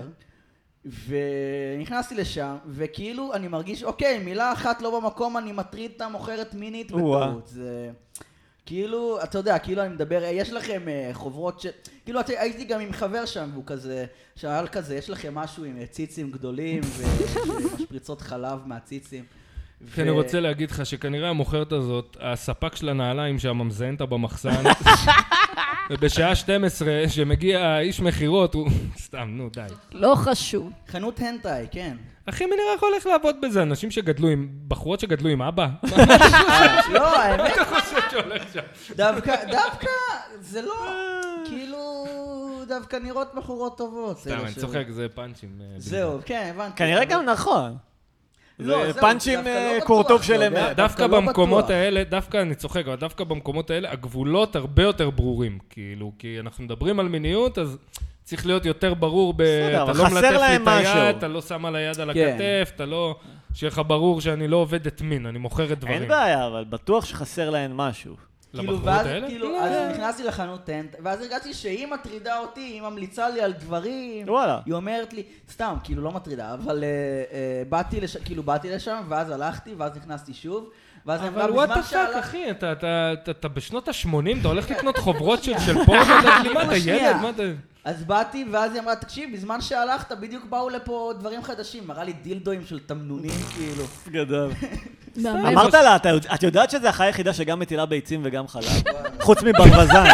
ונכנסתי לשם, וכאילו אני מרגיש, אוקיי, מילה אחת לא במקום, אני מטריד את המוכרת מינית בטעות. זה... כאילו, אתה יודע, כאילו אני מדבר, יש לכם חוברות ש... כאילו, הייתי גם עם חבר שם, והוא כזה, שאל כזה, יש לכם משהו עם ציצים גדולים, ומשפריצות חלב מהציצים. כי אני רוצה להגיד לך שכנראה המוכרת הזאת, הספק של הנעליים שם מזיין אותה במחסן, ובשעה שתים עשרה שמגיע האיש מחירות, הוא... סתם, נו, די. לא חשוב. חנות הנטאי, כן. אחי, מי נראה הולך לעבוד בזה? אנשים שגדלו עם... בחורות שגדלו עם אבא? לא, האמת... אתה חושב שהולך שם? דווקא, דווקא, זה לא... כאילו... דווקא נראות בחורות טובות. סתם, אני צוחק, זה פאנצ'ים. זהו, כן, הבנתי. כנראה גם נכון. זה פאנצ'ים קורטוב של אמת. דווקא במקומות האלה, דווקא אני צוחק, אבל דווקא במקומות האלה, הגבולות הרבה יותר ברורים. כאילו, כי אנחנו מדברים על מיניות, אז צריך להיות יותר ברור, אתה לא מלטף לי את היד, אתה לא שם על היד על הכתף, אתה לא... שיהיה לך ברור שאני לא עובד את מין, אני מוכר את דברים. אין בעיה, אבל בטוח שחסר להן משהו. כאילו, ואז, כאילו, אז נכנסתי לחנות טנט, ואז הרגעתי שהיא מטרידה אותי, היא ממליצה לי על דברים, היא אומרת לי, סתם, כאילו לא מטרידה, אבל באתי לשם, כאילו באתי לשם, ואז הלכתי, ואז נכנסתי שוב, ואז הם אבל וואט הפאק, אחי, אתה בשנות ה-שמונים, אתה הולך לקנות חוברות של פורנו, מה אתה ילד? מה אתה... אז באתי, ואז היא אמרה, תקשיב, בזמן שהלכת, בדיוק באו לפה דברים חדשים, מראה לי דילדוים של תמנונים, כאילו. גדול. אמרת לה, את יודעת שזה החיה היחידה שגם מטילה ביצים וגם חלב? חוץ מברווזן.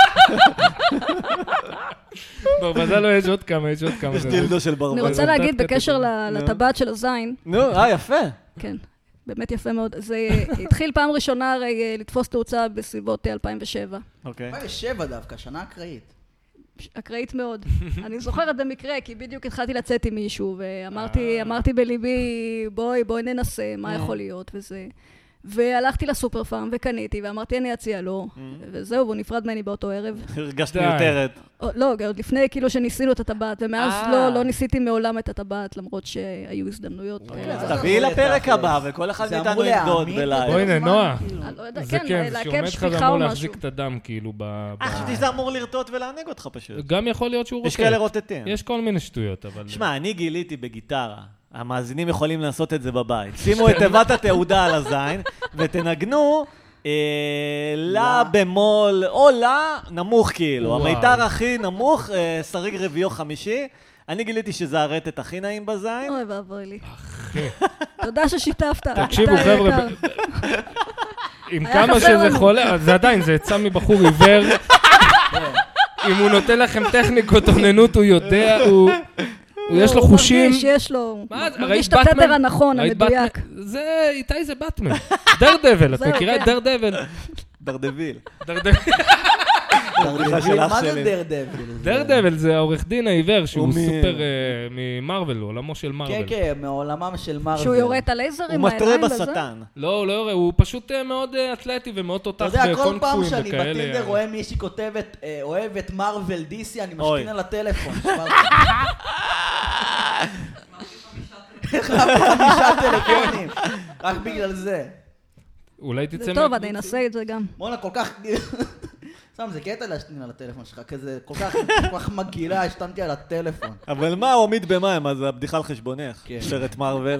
ברווזן לא, יש עוד כמה, יש עוד כמה. יש דילדו של ברווזן. אני רוצה להגיד בקשר לטבעת של הזין. נו, אה, יפה. כן, באמת יפה מאוד. זה התחיל פעם ראשונה הרי לתפוס תאוצה בסביבות אלפיים ושבע. אוקיי. אלפיים ושבע דווקא, שנה אקראית. אקראית מאוד. אני זוכרת במקרה, כי בדיוק התחלתי לצאת עם מישהו, ואמרתי, אמרתי בליבי, בואי, בואי ננסה, מה יכול להיות, וזה... והלכתי לסופר פארם וקניתי, ואמרתי, אני אציע לו, וזהו, והוא נפרד ממני באותו ערב. הרגשת מיותרת. לא, עוד לפני כאילו שניסינו את הטבעת, ומאז לא ניסיתי מעולם את הטבעת, למרות שהיו הזדמנויות. אז תביאי לפרק הבא, וכל אחד מאיתנו ימדוד בלייב. בואי הנה, נועה. זה כן, שעומד לך זה אמור להחזיק את הדם, כאילו, ב... חשבתי שזה אמור לרטוט ולענג אותך פשוט. גם יכול להיות שהוא רוטט. יש כאלה רוטטים. יש כל מיני שטויות, אבל... שמע, אני גיליתי בגיטרה. המאזינים יכולים לעשות את זה בבית. שימו את תיבת התעודה על הזין, ותנגנו לה במול, או לה נמוך כאילו. המיתר הכי נמוך, שריג רביעו חמישי. אני גיליתי שזה הרטט הכי נעים בזין. אוי ואבוי לי. תודה ששיתפת. תקשיבו חבר'ה, עם כמה שזה חולה, זה עדיין, זה יצא מבחור עיוור. אם הוא נותן לכם טכניקות תוכננות, הוא יודע, הוא... יש לו חושים... מרגיש, יש לו... מרגיש את התדר הנכון, המדויק. זה, איתי זה באטמן. דרדבל, את מכירה את דרדבל? דרדביל. דרדביל. מה זה דרדבל? דרדבל זה העורך דין העיוור, שהוא סופר ממרוול, עולמו של מרוול. כן, כן, מעולמם של מרוול. שהוא יורה את הלייזרים הוא מתרה בשטן. לא, הוא לא יורה, הוא פשוט מאוד אתלטי ומאוד תותח וכאלה. אתה יודע, כל פעם שאני בטינדר רואה מישהי כותבת, אוהב את מרוול די סי, אני משתין על הטלפון. חמישה טלפונים, רק בגלל זה. אולי תצא... זה טוב, אני אנסה את זה גם. מונה, כל כך... סתם, זה קטע להשתין על הטלפון שלך, כזה כל כך מגעילה, השתנתי על הטלפון. אבל מה, עומד במים, אז הבדיחה על חשבונך. שרת מרוול.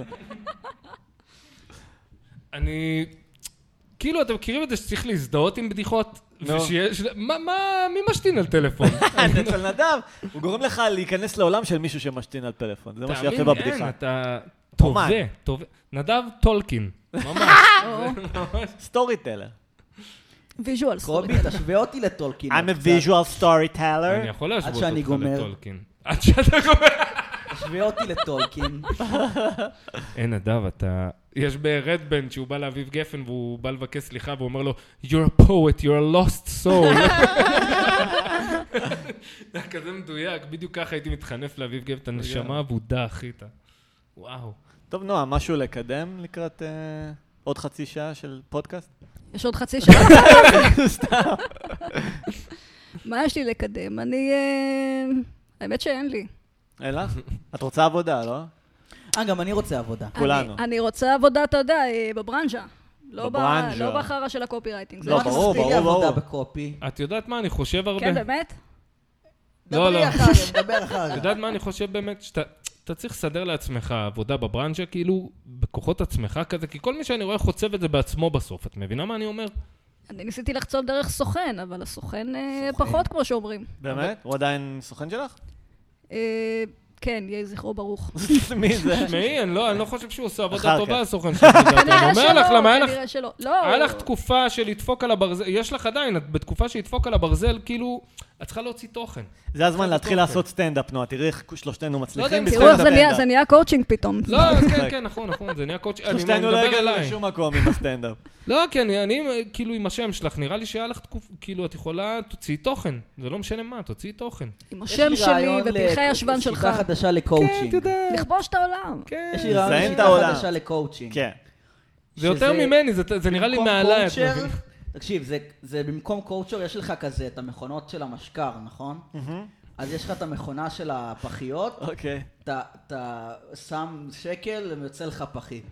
אני... כאילו, אתם מכירים את זה שצריך להזדהות עם בדיחות? ושיש... מה, מי משתין על טלפון? אצל נדב, הוא גורם לך להיכנס לעולם של מישהו שמשתין על טלפון. זה מה שיפה בבדיחה. תאמין, אתה... טובה, טובה. נדב טולקין. ממש. סטורי טלר. ויז'ואל סטורי טלר. קובי, תשווה אותי לטולקין. I'm a visual storyteller. אני יכול להשוות אותך לטולקין. עד שאתה גומר. תשווה אותי לטולקין. אין נדב, אתה... יש ברדבנד שהוא בא לאביב גפן והוא בא לבקש סליחה והוא אומר לו You're a poet, you're a lost soul. זה כזה מדויק, בדיוק ככה הייתי מתחנף לאביב גפן, את הנשמה אבודה, אחית. וואו. טוב, נועה, משהו לקדם לקראת עוד חצי שעה של פודקאסט? יש עוד חצי שעה? סתם. מה יש לי לקדם? אני... האמת שאין לי. אין לך? את רוצה עבודה, לא? אה, גם אני רוצה עבודה. כולנו. אני רוצה עבודה, אתה יודע, בברנז'ה. לא בחרה של הקופי רייטינג. לא, ברור, ברור, ברור. את יודעת מה? אני חושב הרבה. כן, באמת? לא, לא. דברי אחר, דבר אחר. את יודעת מה? אני חושב באמת שאתה צריך לסדר לעצמך עבודה בברנז'ה, כאילו, בכוחות עצמך כזה, כי כל מי שאני רואה חוצב את זה בעצמו בסוף. את מבינה מה אני אומר? אני ניסיתי לחצוב דרך סוכן, אבל הסוכן פחות, כמו שאומרים. באמת? הוא עדיין סוכן שלך? כן, יהיה זכרו ברוך. מי זה? שמעי, אני לא חושב שהוא עושה עבודה טובה, הסוכן שלך. אני אומר לך, למה היה לך תקופה של לדפוק על הברזל, יש לך עדיין, בתקופה שידפוק על הברזל, כאילו, את צריכה להוציא תוכן. זה הזמן להתחיל לעשות סטנדאפ, נועה, תראי איך שלושתנו מצליחים בסטנדאפ. תראו, זה נהיה קואוצ'ינג פתאום. לא, כן, כן, נכון, נכון, זה נהיה קואוצ'ינג. שלושתנו לא הגענו לשום מקום עם הסטנדאפ. לא, כן, אני, כאילו, עם השם שלך, נראה לי שהיה לך תקופה, כאילו, את יכולה, תוציאי תוכן. זה לא משנה מה, תוציאי תוכן. עם השם שלי ופרחי השבן שלך. שיטה חדשה לקואוצ'ינג. לכבוש את העולם. יש לי רעיון שיטה חדשה לקואוצ'ינג. כן. זה יותר ממני, זה נראה לי מעליי. תקשיב, זה במקום קואוצ'ר, יש לך כזה את המכונות של המשקר, נכון? אז יש לך את המכונה של הפחיות. אוקיי. אתה שם שקל ויוצא לך פחית.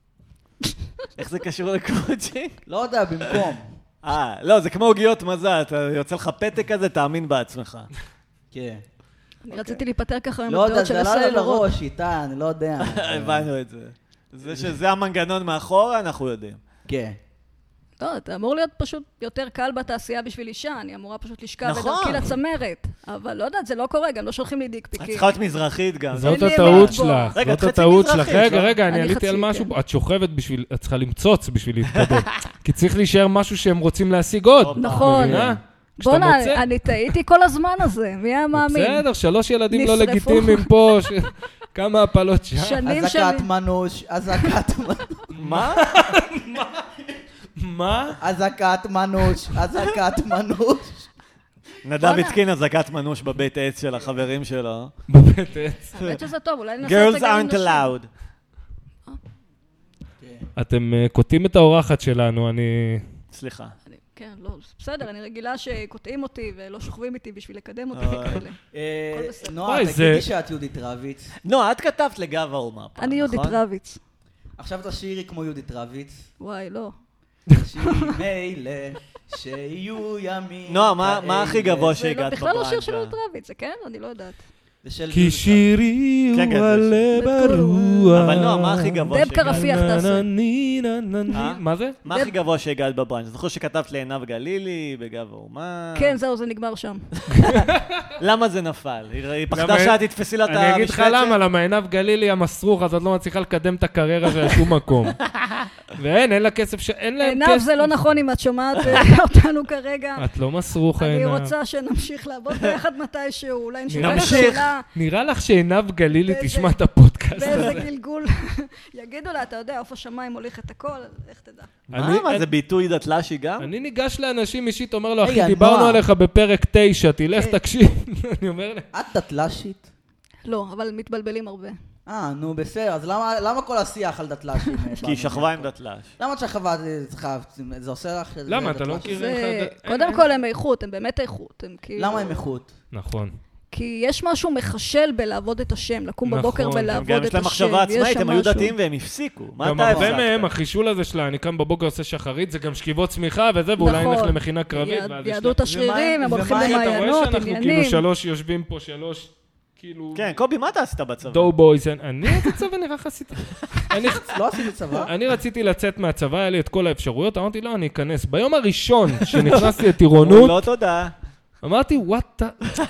איך זה קשור לקואוצ'ינג? לא יודע, במקום. אה, לא, זה כמו עוגיות מזל, אתה יוצא לך פתק כזה, תאמין בעצמך. כן. אני רציתי להיפטר ככה לא יודע, זה עלה לי לראש, איתה, אני לא יודע. הבנו את זה. זה שזה המנגנון מאחורה, אנחנו יודעים. כן. לא, אתה אמור להיות פשוט יותר קל בתעשייה בשביל אישה, אני אמורה פשוט לשכב בדרכי לצמרת. אבל לא יודעת, זה לא קורה, גם לא שולחים לי דיק פיקים. את צריכה להיות מזרחית גם. זאת הטעות שלך, זאת הטעות שלך. רגע, רגע, אני עליתי על משהו, את שוכבת בשביל, את צריכה למצוץ בשביל להתקדם. כי צריך להישאר משהו שהם רוצים להשיג עוד. נכון. בוא'נה, אני טעיתי כל הזמן הזה, מי היה מאמין? בסדר, שלוש ילדים לא לגיטימיים פה, כמה הפלות שם. שנים שלי. הזקת מנוש, הזקת מנוש. מה? מה? הזקת מנוש, הזקת מנוש. נדב התקין הזקת מנוש בבית עץ של החברים שלו. בבית עץ. האמת שזה טוב, אולי ננסה את זה גם Girls aren't allowed. אתם קוטעים את האורחת שלנו, אני... סליחה. כן, לא, בסדר, אני רגילה שקוטעים אותי ולא שוכבים איתי בשביל לקדם אותי וכאלה. נועה, תגידי שאת יהודית רביץ. נועה, את כתבת לגב האומה פעם, אני יהודית רביץ. עכשיו תשאירי כמו יהודית רביץ. וואי, לא. שהיא מילא, שיהיו ימים... נועה, מה הכי גבוה שהגעת בברנז'ה? בכלל לא שיר של יהודית רביץ, זה כן? אני לא יודעת. כי שירי הוא עלה ברוח. אבל נועה, מה הכי גבוה שהגעת? דבקה רפיח תעשה. מה זה? מה הכי גבוה שהגעת בברנז'ה? זוכר שכתבת לעינב גלילי, בגב האומה? כן, זהו, זה נגמר שם. למה זה נפל? היא פחדה שאת תתפסי לה את המשבצת? אני אגיד לך למה, למה עינב גלילי המסרוך, אז את לא מצליחה לקדם את הקריירה של שום מקום. ואין, אין לה כסף, אין להם כסף. עינב, זה לא נכון אם את שומעת אותנו כרגע. את לא מסרוך, עינב. אני רוצה שנמשיך לעבוד ביחד מתישהו, אולי נשאר לך שאלה. נראה לך שעינב גלילי תשמע את הפודקאסט הזה. באיזה גלגול. יגידו לה, אתה יודע, עוף השמיים הוליך את הכל, איך תדע. מה, זה ביטוי דתל"שי גם? אני ניגש לאנשים אישית, אומר לו, אחי, דיברנו עליך בפרק תשע, תלך תקשיב. אני אומר לה. את דתל"שית? לא, אבל מתבלבלים הרבה. אה, נו, בסדר, אז למה כל השיח על דתל"שים? כי היא שכבה עם דתל"ש. למה את שכבה, זה עושה לך... למה? אתה לא מכיר? קודם כל הם איכות, הם באמת איכות. למה הם איכות? נכון. כי יש משהו מחשל בלעבוד את השם, לקום בבוקר ולעבוד את השם. גם יש להם מחשבה עצמאית, הם היו דתיים והם הפסיקו. גם הרבה מהם, החישול הזה שלה, אני קם בבוקר עושה שחרית, זה גם שכיבות צמיחה וזה, ואולי נלך למכינה קרבית. יהדות השרירים, הם הולכים למעיינות, עניינים. אנחנו כאילו שלוש יושבים פה, שלוש, כאילו... כן, קובי, מה אתה עשית בצבא? דו בויז, אני הייתי צבא, נראה חסיתי. לא עשיתי צבא? אני רציתי לצאת מהצבא, היה לי את כל האפשרויות, אמרתי, לא, אני אכנס. ביום הראשון שנכנסתי לטירונות, לא תודה. אמרתי, וואט,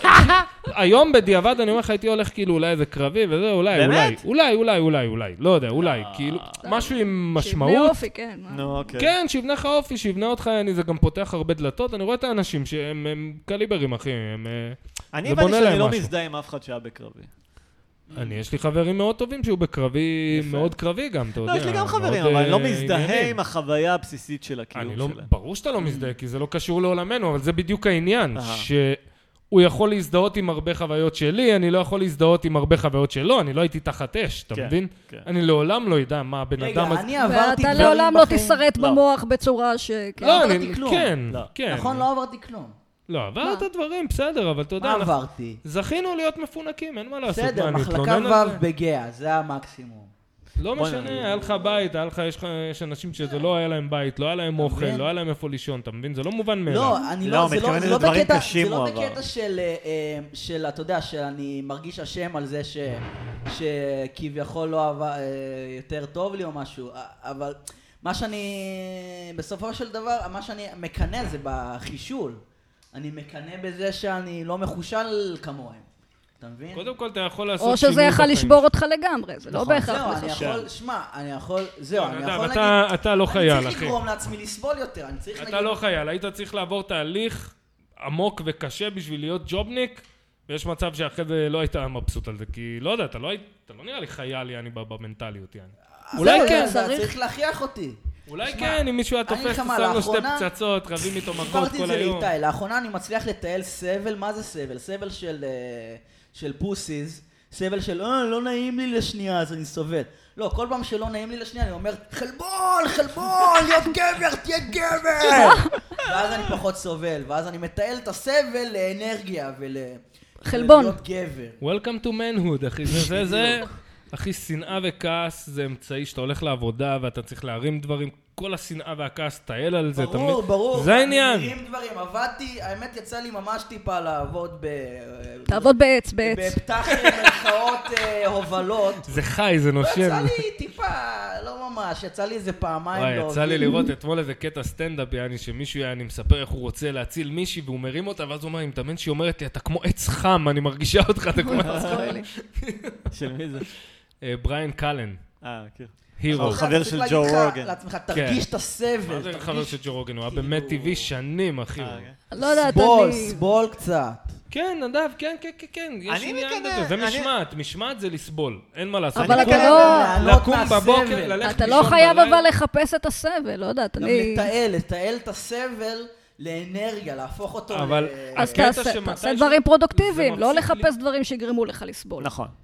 היום בדיעבד אני אומר לך, הייתי הולך כאילו אולי איזה קרבי וזה, אולי, אולי, אולי, אולי, אולי, אולי, לא יודע, אולי, כאילו, משהו עם משמעות. שיבנה אופי, כן. כן, שיבנה לך אופי, שיבנה אותך, זה גם פותח הרבה דלתות, אני רואה את האנשים שהם קליברים, אחי, אני הבנתי שאני לא מזדהה עם אף אחד שהיה בקרבי. אני, יש לי חברים מאוד טובים שהוא בקרבי, מאוד קרבי גם, אתה יודע. לא, יש לי גם חברים, אבל אני לא מזדהה עם החוויה הבסיסית של הקיום שלהם. ברור שאתה לא מזדהה, כי זה לא קשור לעולמנו, אבל זה בדיוק העניין, שהוא יכול להזדהות עם הרבה חוויות שלי, אני לא יכול להזדהות עם הרבה חוויות שלו, אני לא הייתי תחת אש, אתה מבין? אני לעולם לא יודע מה הבן אדם... רגע, אני עברתי ואתה לעולם לא תסרט במוח בצורה ש... לא, אני... כן, כן. נכון, לא עברתי כלום. לא, עברת דברים, בסדר, אבל אתה יודע... מה עברתי? זכינו להיות מפונקים, אין מה לעשות. בסדר, מחלקה וו בגאה, זה המקסימום. לא משנה, היה לך בית, היה לך, יש אנשים שזה לא היה להם בית, לא היה להם אוכל, לא היה להם איפה לישון, אתה מבין? זה לא מובן מאליו. לא, אני לא, זה לא בקטע, זה לא בקטע של, של, אתה יודע, שאני מרגיש אשם על זה שכביכול לא אהבה יותר טוב לי או משהו, אבל מה שאני, בסופו של דבר, מה שאני מקנה זה בחישול. אני מקנה בזה שאני לא מחושל כמוהם. אתה מבין? קודם כל אתה יכול לעשות שינוי בחיים. או שזה יכול לשבור אותך לגמרי, זה לא בהכרח זהו, אני יכול, שמע, אני יכול, זהו, אני יכול להגיד... אתה לא חייל, אחי. אני צריך לגרום לעצמי לסבול יותר, אני צריך להגיד... אתה לא חייל, היית צריך לעבור תהליך עמוק וקשה בשביל להיות ג'ובניק, ויש מצב שאחרי זה לא היית מבסוט על זה, כי לא יודע, אתה לא נראה לי חייל, יעני, במנטליות, יעני. אולי כן. צריך להכריח אותי. אולי כן, אם מישהו היה תופס, שם לו שתי פצצות, רבים איתו מכות כל היום. סיפרתי את זה לאיתי, לאחרונה אני מצליח לתעל סבל, מה זה סבל? סבל של פוסיז, סבל של, אה, לא נעים לי לשנייה, אז אני סובל. לא, כל פעם שלא נעים לי לשנייה, אני אומר, חלבון, חלבון, להיות גבר, תהיה גבר! ואז אני פחות סובל, ואז אני מתעל את הסבל לאנרגיה ולהיות גבר. Welcome to manhood, אחי, זה זה... אחי, שנאה וכעס זה אמצעי שאתה הולך לעבודה ואתה צריך להרים דברים, כל השנאה והכעס תעל על זה. ברור, ברור. זה העניין. אני מרים דברים, עבדתי, האמת יצא לי ממש טיפה לעבוד ב... תעבוד בעץ, בעץ. בפתח מרכאות הובלות. זה חי, זה נושם. יצא לי טיפה, לא ממש, יצא לי איזה פעמיים לא. יצא לי לראות אתמול איזה קטע סטנדאפ, יעני, שמישהו יעני מספר איך הוא רוצה להציל מישהי והוא מרים אותה, ואז הוא אומר, אם תאמן שהיא אומרת לי, אתה כמו עץ חם, אני מרגישה אותך, אתה כמו... של מי זה? בריין קלן. אה, כן. הירו. חבר של ג'ו רוגן. לעצמך, תרגיש את הסבל. מה זה חבר של ג'ו רוגן? הוא היה באמת טבעי שנים, אחי. לא יודעת, סבול, אני... סבול קצת. כן, נדב, כן, כן, כן, כן. יש עניין בזה. זה משמעת. משמעת זה לסבול. אין מה לעשות. אבל אתה לא... לקום בבוקר, ללכת אתה לא חייב אבל לחפש את הסבל, לא יודעת, אני... גם לתעל, לתעל את הסבל לאנרגיה, להפוך אותו ל... אז תעשה דברים פרודוקטיביים, לא לחפש דברים שיגרמו לך לסבול. נכון.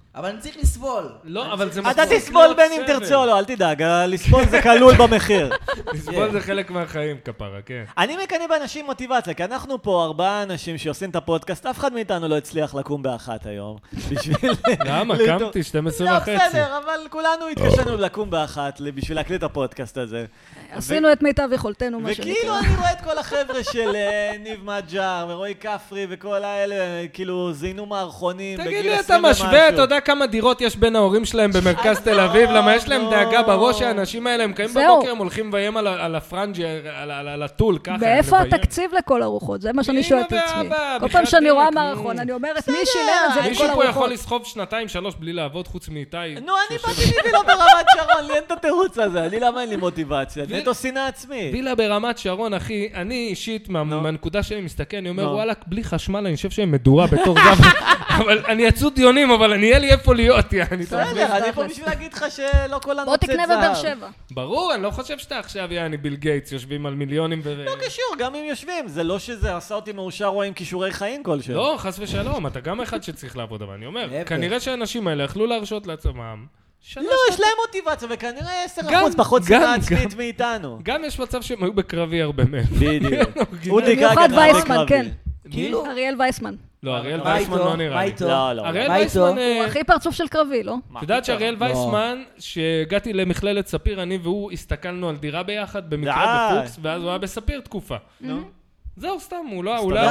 אבל אני צריך לסבול. לא, אבל זה אתה תסבול בין אם תרצה או לא, אל תדאג, לסבול זה כלול במחיר. לסבול זה חלק מהחיים, כפרה, כן. אני מקנא באנשים מוטיבציה, כי אנחנו פה ארבעה אנשים שעושים את הפודקאסט, אף אחד מאיתנו לא הצליח לקום באחת היום. בשביל... למה? קמתי שתים עשרה וחצי. לא, בסדר, אבל כולנו התקשנו לקום באחת בשביל להקליט את הפודקאסט הזה. עשינו את מיטב יכולתנו, מה שנקרא. וכאילו אני רואה את כל החבר'ה של ניב מג'אר ורועי כפרי וכל האלה, כאילו זינו מערכונים בגיל עשרים ומשהו. תגיד לי, אתה משווה, אתה יודע כמה דירות יש בין ההורים שלהם במרכז תל אביב, למה יש להם דאגה בראש האנשים האלה, הם קיים בבוקר, הם הולכים ויים על הפרנג'י, על הטול, ככה. מאיפה התקציב לכל ארוחות? זה מה שאני שואלת את עצמי. כל פעם שאני רואה מערכון, אני אומרת, מי שילם את זה לכל ארוחות? מישהו פה יכול לסחוב שנתיים, שלוש, בלי לעבוד חוץ מאיתי. נו, אני באתי וילה ברמת שרון, לי אין את התירוץ הזה, אני למה אין לי מוטיבציה, נטו שנאה עצמית. וילה ברמת שרון, אחי, אני אישית, מהנקודה שאני מסתכל, אני אומר, וואלה, בלי חשמל, אני חושב שהם מדורה בתור זב, אבל אני יצאו דיונים, אבל אני אהיה לי איפה להיות, יעני. בסדר, אני פה בשביל להגיד לך שלא כל הנוצאת זהב. בוא תקנה בבאר שבע. ברור, אני לא חושב שאתה עכשיו, יעני, ביל גייטס, יושבים על מיליונים ו... לא קשור, גם אם יושבים, זה לא שזה עשה אותי מאושר או עם כישורי חיים כלשהו. לא, חס ושלום, אתה גם אחד שצריך לעבוד, אבל אני אומר, כנראה שהאנשים האלה יכלו להרשות לעצמם. לא, יש להם מוטיבציה, וכנראה עשר אחוז פחות שנאה עצמית מאיתנו. גם יש מצב שהם היו בקרבי הרבה מהם. בדיוק. במיוחד וייסמן, כן. כאילו? אריאל וייסמן. לא, אריאל וייסמן לא נראה לי. לא, לא. אריאל וייסמן... הוא הכי פרצוף של קרבי, לא? את יודעת שאריאל וייסמן, שהגעתי למכללת ספיר, אני והוא הסתכלנו על דירה ביחד, במקרה בפוקס, ואז הוא היה בספיר תקופה. זהו, סתם, הוא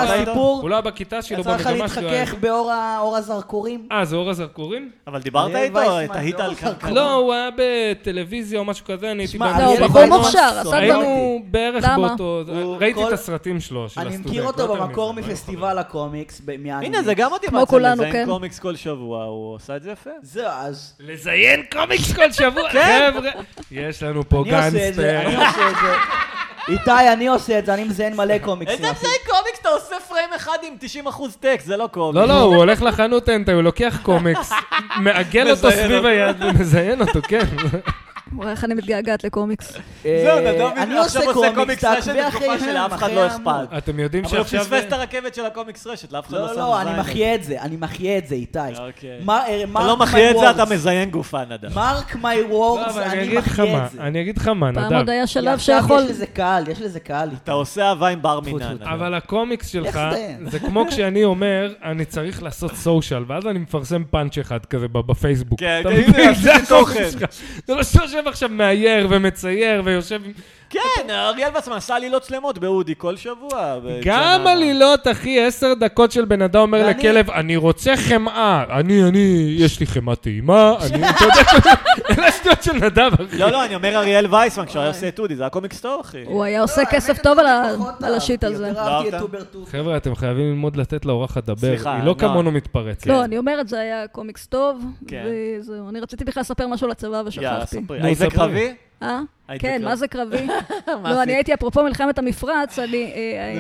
לא היה בכיתה שלו, במגמה שלו. יצא לך להתחכך באור הזרקורים? אה, זה אור הזרקורים? אבל דיברת איתו, תהית על ככה. לא, הוא היה בטלוויזיה או משהו כזה, אני הייתי... לא, הוא בחור מוכשר, עשה דברים. היינו בערך באותו... ראיתי את הסרטים שלו, של הסטודנט. אני מכיר אותו במקור מפסטיבל הקומיקס, מהאנגלית. הנה, זה גם מוטיבציה לזיין קומיקס כל שבוע, הוא עושה את זה יפה? זהו, אז... לזיין קומיקס כל שבוע? חבר'ה, יש לנו פה גאנסטר. אני עושה את זה. איתי, אני עושה את זה, אני מזיין מלא קומיקסים. איזה מזיין קומיקס? אתה עושה פריים אחד עם תשעים אחוז טקסט, זה לא קומיקס. לא, לא, הוא הולך לחנות אנטה, הוא לוקח קומיקס, מעגל אותו סביב היד ומזיין אותו, כן. וואי, איך אני מתגעגעת לקומיקס. זהו, נדב עכשיו עושה קומיקס רשת בתקופה שלאף אחד לא אכפת. אתם יודעים שעכשיו... אבל הוא פספס את הרכבת של הקומיקס רשת, לאף אחד לא שם זיין. לא, לא, אני מחיה את זה, אני מחיה את זה, איתי. אתה לא מחיה את זה, אתה מזיין גופה, נדב. מרק מי וורדס, אני מחיה את זה. אני אגיד לך מה, נדב. פעם עוד היה שלב שיכול... יש לזה קהל, יש לזה קהל. אתה עושה אהבה עם בר מינן. אבל הקומיקס שלך, זה כמו כשאני אומר, אני צריך לעשות סושיאל, ואז אני מפרסם פאנץ' אחד כזה בפייסבוק. כן, הנה, עשיתי תוכן. זה לא שיושב עכשיו מאייר ומצייר ויושב... כן, אריאל וייסמן עשה עלילות שלמות באודי כל שבוע. גם עלילות, אחי, עשר דקות של בן אדם אומר לכלב, אני רוצה חמאה, אני, אני, יש לי חמאה טעימה, אני, אתה יודע, אלה שטויות של נדב, אחי. לא, לא, אני אומר אריאל וייסמן, כשהוא היה עושה את אודי, זה היה קומיקס טוב, אחי. הוא היה עושה כסף טוב על השיט הזה. חבר'ה, אתם חייבים ללמוד לתת לאורחת לדבר, היא לא כמונו מתפרצת. לא, אני אומרת, זה היה קומיקס טוב, וזהו, אני רציתי בכלל לספר משהו לצבא ושכחתי. זה קרבי? אה? כן, מה זה קרבי? לא, אני הייתי, אפרופו מלחמת המפרץ, אני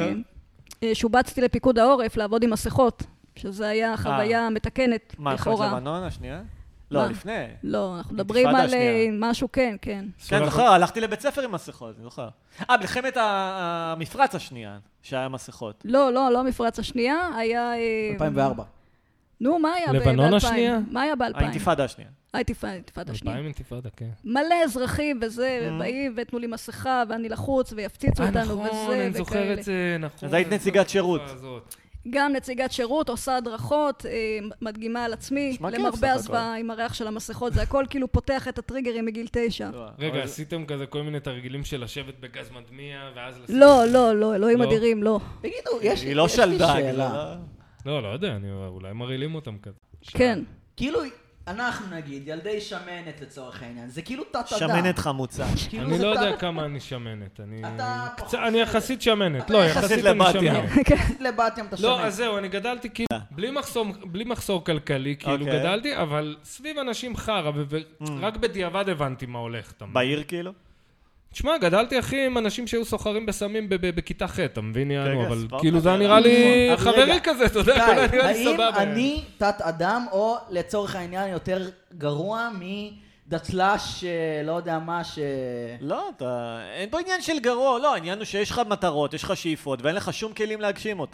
שובצתי לפיקוד העורף לעבוד עם מסכות, שזה היה חוויה מתקנת, מה, אחת לבנון השנייה? לא, לפני. לא, אנחנו מדברים על משהו, כן, כן. כן, זוכר, הלכתי לבית ספר עם מסכות, זוכר. אה, מלחמת המפרץ השנייה, שהיה מסכות. לא, לא, לא המפרץ השנייה, היה... אלפיים וארבע. נו, מה היה ב-אלפיים? לבנון השנייה? מה היה ב-אלפיים? האינתיפאדה השנייה. האינתיפאדה השנייה. אלפיים אינתיפאדה, כן. מלא אזרחים וזה, ובאים ותנו לי מסכה, ואני לחוץ, ויפציצו אותנו וזה, נכון, אני זוכר את זה, נכון. אז היית נציגת שירות. גם נציגת שירות, עושה הדרכות, מדגימה על עצמי, למרבה הזוועה עם הריח של המסכות, זה הכל כאילו פותח את הטריגרים מגיל תשע. רגע, עשיתם כזה כל מיני תרגילים של לשבת בגז מדמיע, ואז... לא, לא, לא, אלוהים אדירים, לא. תגידו, יש לי לא שלדג, לא, לא יודע, אולי מרעילים אותם כזה. כן. כאילו, אנחנו נגיד, ילדי שמנת לצורך העניין, זה כאילו תת אדם. שמנת חמוצה. אני לא יודע כמה אני שמנת. אני יחסית שמנת. לא, יחסית אני שמנת. יחסית לבתים אתה שמנת. לא, אז זהו, אני גדלתי כאילו, בלי מחסור כלכלי, כאילו גדלתי, אבל סביב אנשים חרא, ורק בדיעבד הבנתי מה הולך. בעיר כאילו? תשמע, גדלתי אחי עם אנשים שהיו סוחרים בסמים בכיתה ח', אתה מבין יענו, אבל כאילו זה נראה לי חברי כזה, אתה יודע, כל נראה לי סבבה. האם אני תת אדם, או לצורך העניין יותר גרוע מדצל"ש, לא יודע מה ש... לא, אין פה עניין של גרוע, לא, העניין הוא שיש לך מטרות, יש לך שאיפות, ואין לך שום כלים להגשים אותם.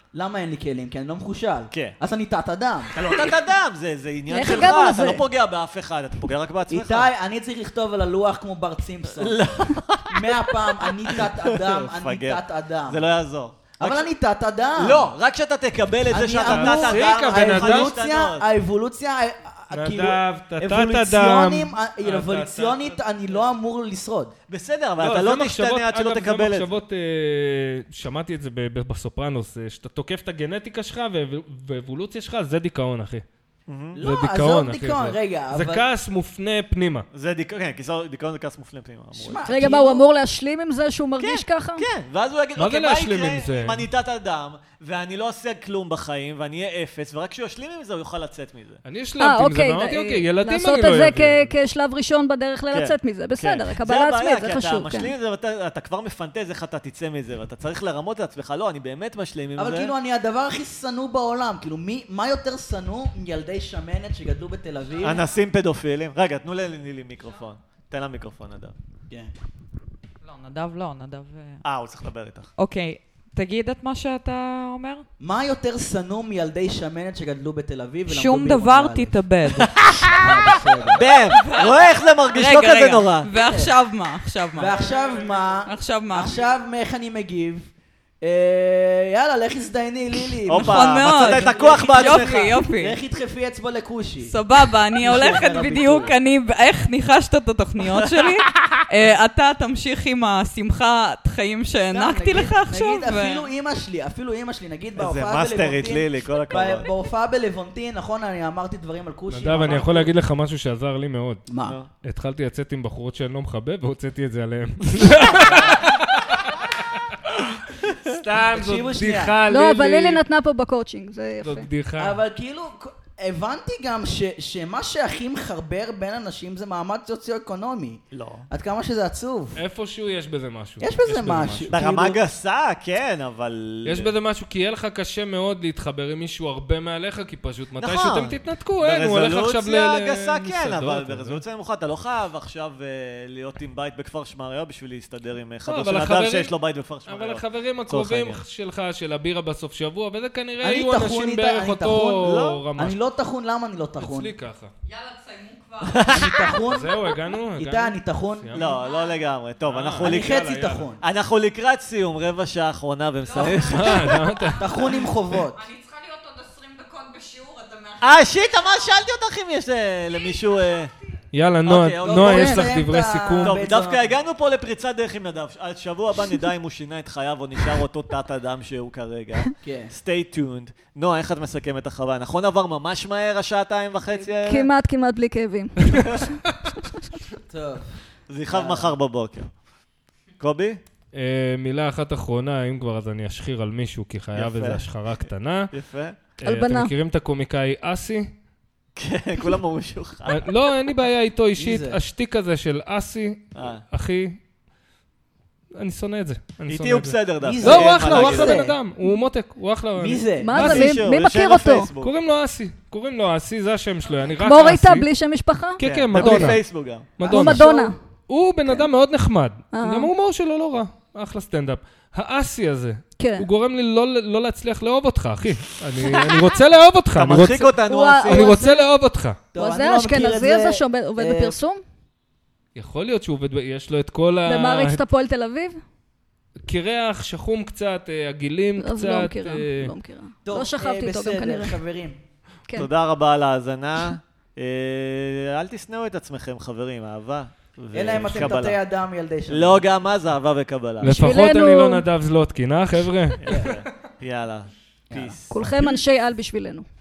למה אין לי כלים? כי אני לא מחושל. כן. אז אני תת אדם. אתה לא תת אדם, זה עניין שלך, אתה לא פוגע באף אחד, אתה פוגע רק בעצמך. איתי, אני צריך לכתוב על הלוח כמו בר סימפסון. מאה פעם, אני תת אדם, אני תת אדם. זה לא יעזור. אבל אני תת אדם. לא, רק שאתה תקבל את זה שאתה תת אדם, האבולוציה, נדב, תת אדם. אבולוציונית, אני לא אמור לשרוד. בסדר, אבל אתה לא תשתנה עד שלא תקבל את זה. אגב, זה מחשבות, שמעתי את זה בסופרנוס, שאתה תוקף את הגנטיקה שלך ואבולוציה שלך, זה דיכאון, אחי. לא, עזוב דיכאון, רגע. זה כעס מופנה פנימה. זה דיכאון, כן, דיכאון זה כעס מופנה פנימה. רגע, מה, הוא אמור להשלים עם זה שהוא מרגיש ככה? כן, ואז הוא יגיד, אוקיי, מה יקרה אם אני תת אדם, ואני לא עושה כלום בחיים, ואני אהיה אפס, ורק כשהוא ישלים עם זה, הוא יוכל לצאת מזה. אני השלמתי עם זה, ואמרתי, אוקיי, ילדים אני לא אוהב. לעשות את זה כשלב ראשון בדרך ללצאת מזה, בסדר, הקבלה עצמית, זה חשוב. אתה משלים עם זה, ואתה כבר מפנטז איך אתה תצא מזה, ואתה צריך לרמות את עצמך, לא, אני באמת משלים עם זה. אבל כאילו, אני הדבר הכי שנוא בעולם, כאילו, מה יותר שנוא מילדי שמנת שגדלו בתל אביב? אנסים פדופילים. רגע, תנו לי מיקרופון. תן לה מיקרופון, נדב. כן. לא, נדב לא, נדב... אה, הוא צריך לדבר איתך. אוקיי. תגיד את מה שאתה אומר. מה יותר שנוא מילדי שמנת שגדלו בתל אביב? שום דבר תתאבד. בם, רואה איך זה מרגיש לא כזה נורא. ועכשיו מה? עכשיו מה? ועכשיו מה? עכשיו מה? עכשיו מאיך אני מגיב? יאללה, לך הזדייני, לילי. נכון מאוד. מצאת את הכוח בעצמך. יופי, יופי. לך תדחפי אצבע לכושי. סבבה, אני הולכת בדיוק, אני, איך ניחשת את התוכניות שלי? אתה תמשיך עם השמחת חיים שהענקתי לך עכשיו. נגיד, אפילו אמא שלי, אפילו אמא שלי, נגיד בהופעה בלוונטין. איזה מאסטרית, לילי, כל הכבוד. בהופעה בלוונטין, נכון, אני אמרתי דברים על כושי. נדב, אני יכול להגיד לך משהו שעזר לי מאוד. מה? התחלתי לצאת עם בחורות שאני לא מחבב, והוצאתי את זה עליהם. סתם, זאת בדיחה, לילי. לא, אבל לילי נתנה פה בקואוצ'ינג, זה יפה. זאת בדיחה. אבל כאילו, הבנתי גם שמה שהכי מחבר בין אנשים זה מעמד סוציו-אקונומי. לא. עד כמה שזה עצוב. איפשהו יש בזה משהו. יש בזה משהו. ברמה גסה, כן, אבל... יש בזה משהו, כי יהיה לך קשה מאוד להתחבר עם מישהו הרבה מעליך, כי פשוט מתי שאתם תתנתקו, אין, הוא הולך עכשיו ל... ברזולוציה גסה, כן, אבל ברזולוציה נמוכה, אתה לא חייב עכשיו להיות עם בית בכפר שמריה בשביל להסתדר עם חבר של אדם שיש לו בית בכפר שמריה. אבל החברים הקרובים שלך, של הבירה בסוף שבוע, וזה כנראה יהיו אנשים בערך אותו רמה. אני לא תחון, למה אני לא תחון? אצלי ככה. יאללה, תסיימו כבר. אני תחון? זהו, הגענו? איתי, אני תחון? לא, לא לגמרי. טוב, אנחנו אני לקראת... חצי תחון. אנחנו לקראת סיום, רבע שעה האחרונה ומסיים. תחון עם חובות. אני צריכה להיות עוד עשרים דקות בשיעור, אתה מאחר. אה, שיט, מה שאלתי אותך אם יש למישהו... יאללה, נועה, יש לך דברי סיכום. טוב, דווקא הגענו פה לפריצת דרך עם נדב. עד שבוע הבא נדע אם הוא שינה את חייו או נשאר אותו תת אדם שהוא כרגע. Stay tuned. נועה, איך את מסכמת את החוויה? נכון עבר ממש מהר השעתיים וחצי האלה? כמעט, כמעט בלי כאבים. טוב. זה יכאב מחר בבוקר. קובי? מילה אחת אחרונה, אם כבר אז אני אשחיר על מישהו, כי חייב איזו השחרה קטנה. יפה. הלבנה. אתם מכירים את הקומיקאי אסי? כן, כולם אמרו שהוא חי. לא, אין לי בעיה איתו אישית. השתיק הזה של אסי, אחי, אני שונא את זה. איתי הוא בסדר דווקא. לא, הוא אחלה, הוא אחלה בן אדם. הוא מותק, הוא אחלה. מי זה? מה זה? מי מכיר אותו? קוראים לו אסי. קוראים לו אסי, זה השם שלו. אני רק אסי. כמו ריטה בלי שם משפחה? כן, כן, מדונה. בלי פייסבוק גם. מדונה. מדונה. הוא בן אדם מאוד נחמד. גם ההומור שלו לא רע. אחלה סטנדאפ. האסי הזה, הוא גורם לי לא להצליח לאהוב אותך, אחי. אני רוצה לאהוב אותך. אתה מרחיק אותנו, אסי. אני רוצה לאהוב אותך. הוא זה האשכנזי הזה שעובד בפרסום? יכול להיות שהוא עובד, יש לו את כל ה... ומעריץ את הפועל תל אביב? קירח, שחום קצת, הגילים קצת. לא מכירה, לא מכירה. לא שכבתי אותו גם כנראה. בסדר, חברים. תודה רבה על ההאזנה. אל תשנאו את עצמכם, חברים, אהבה. אלא אם אתם תתי אדם ילדי שם. לא, גם מה זה אהבה וקבלה. לפחות אני לא נדב זלוטקין, אה חבר'ה? יאללה, פיס. כולכם אנשי על בשבילנו.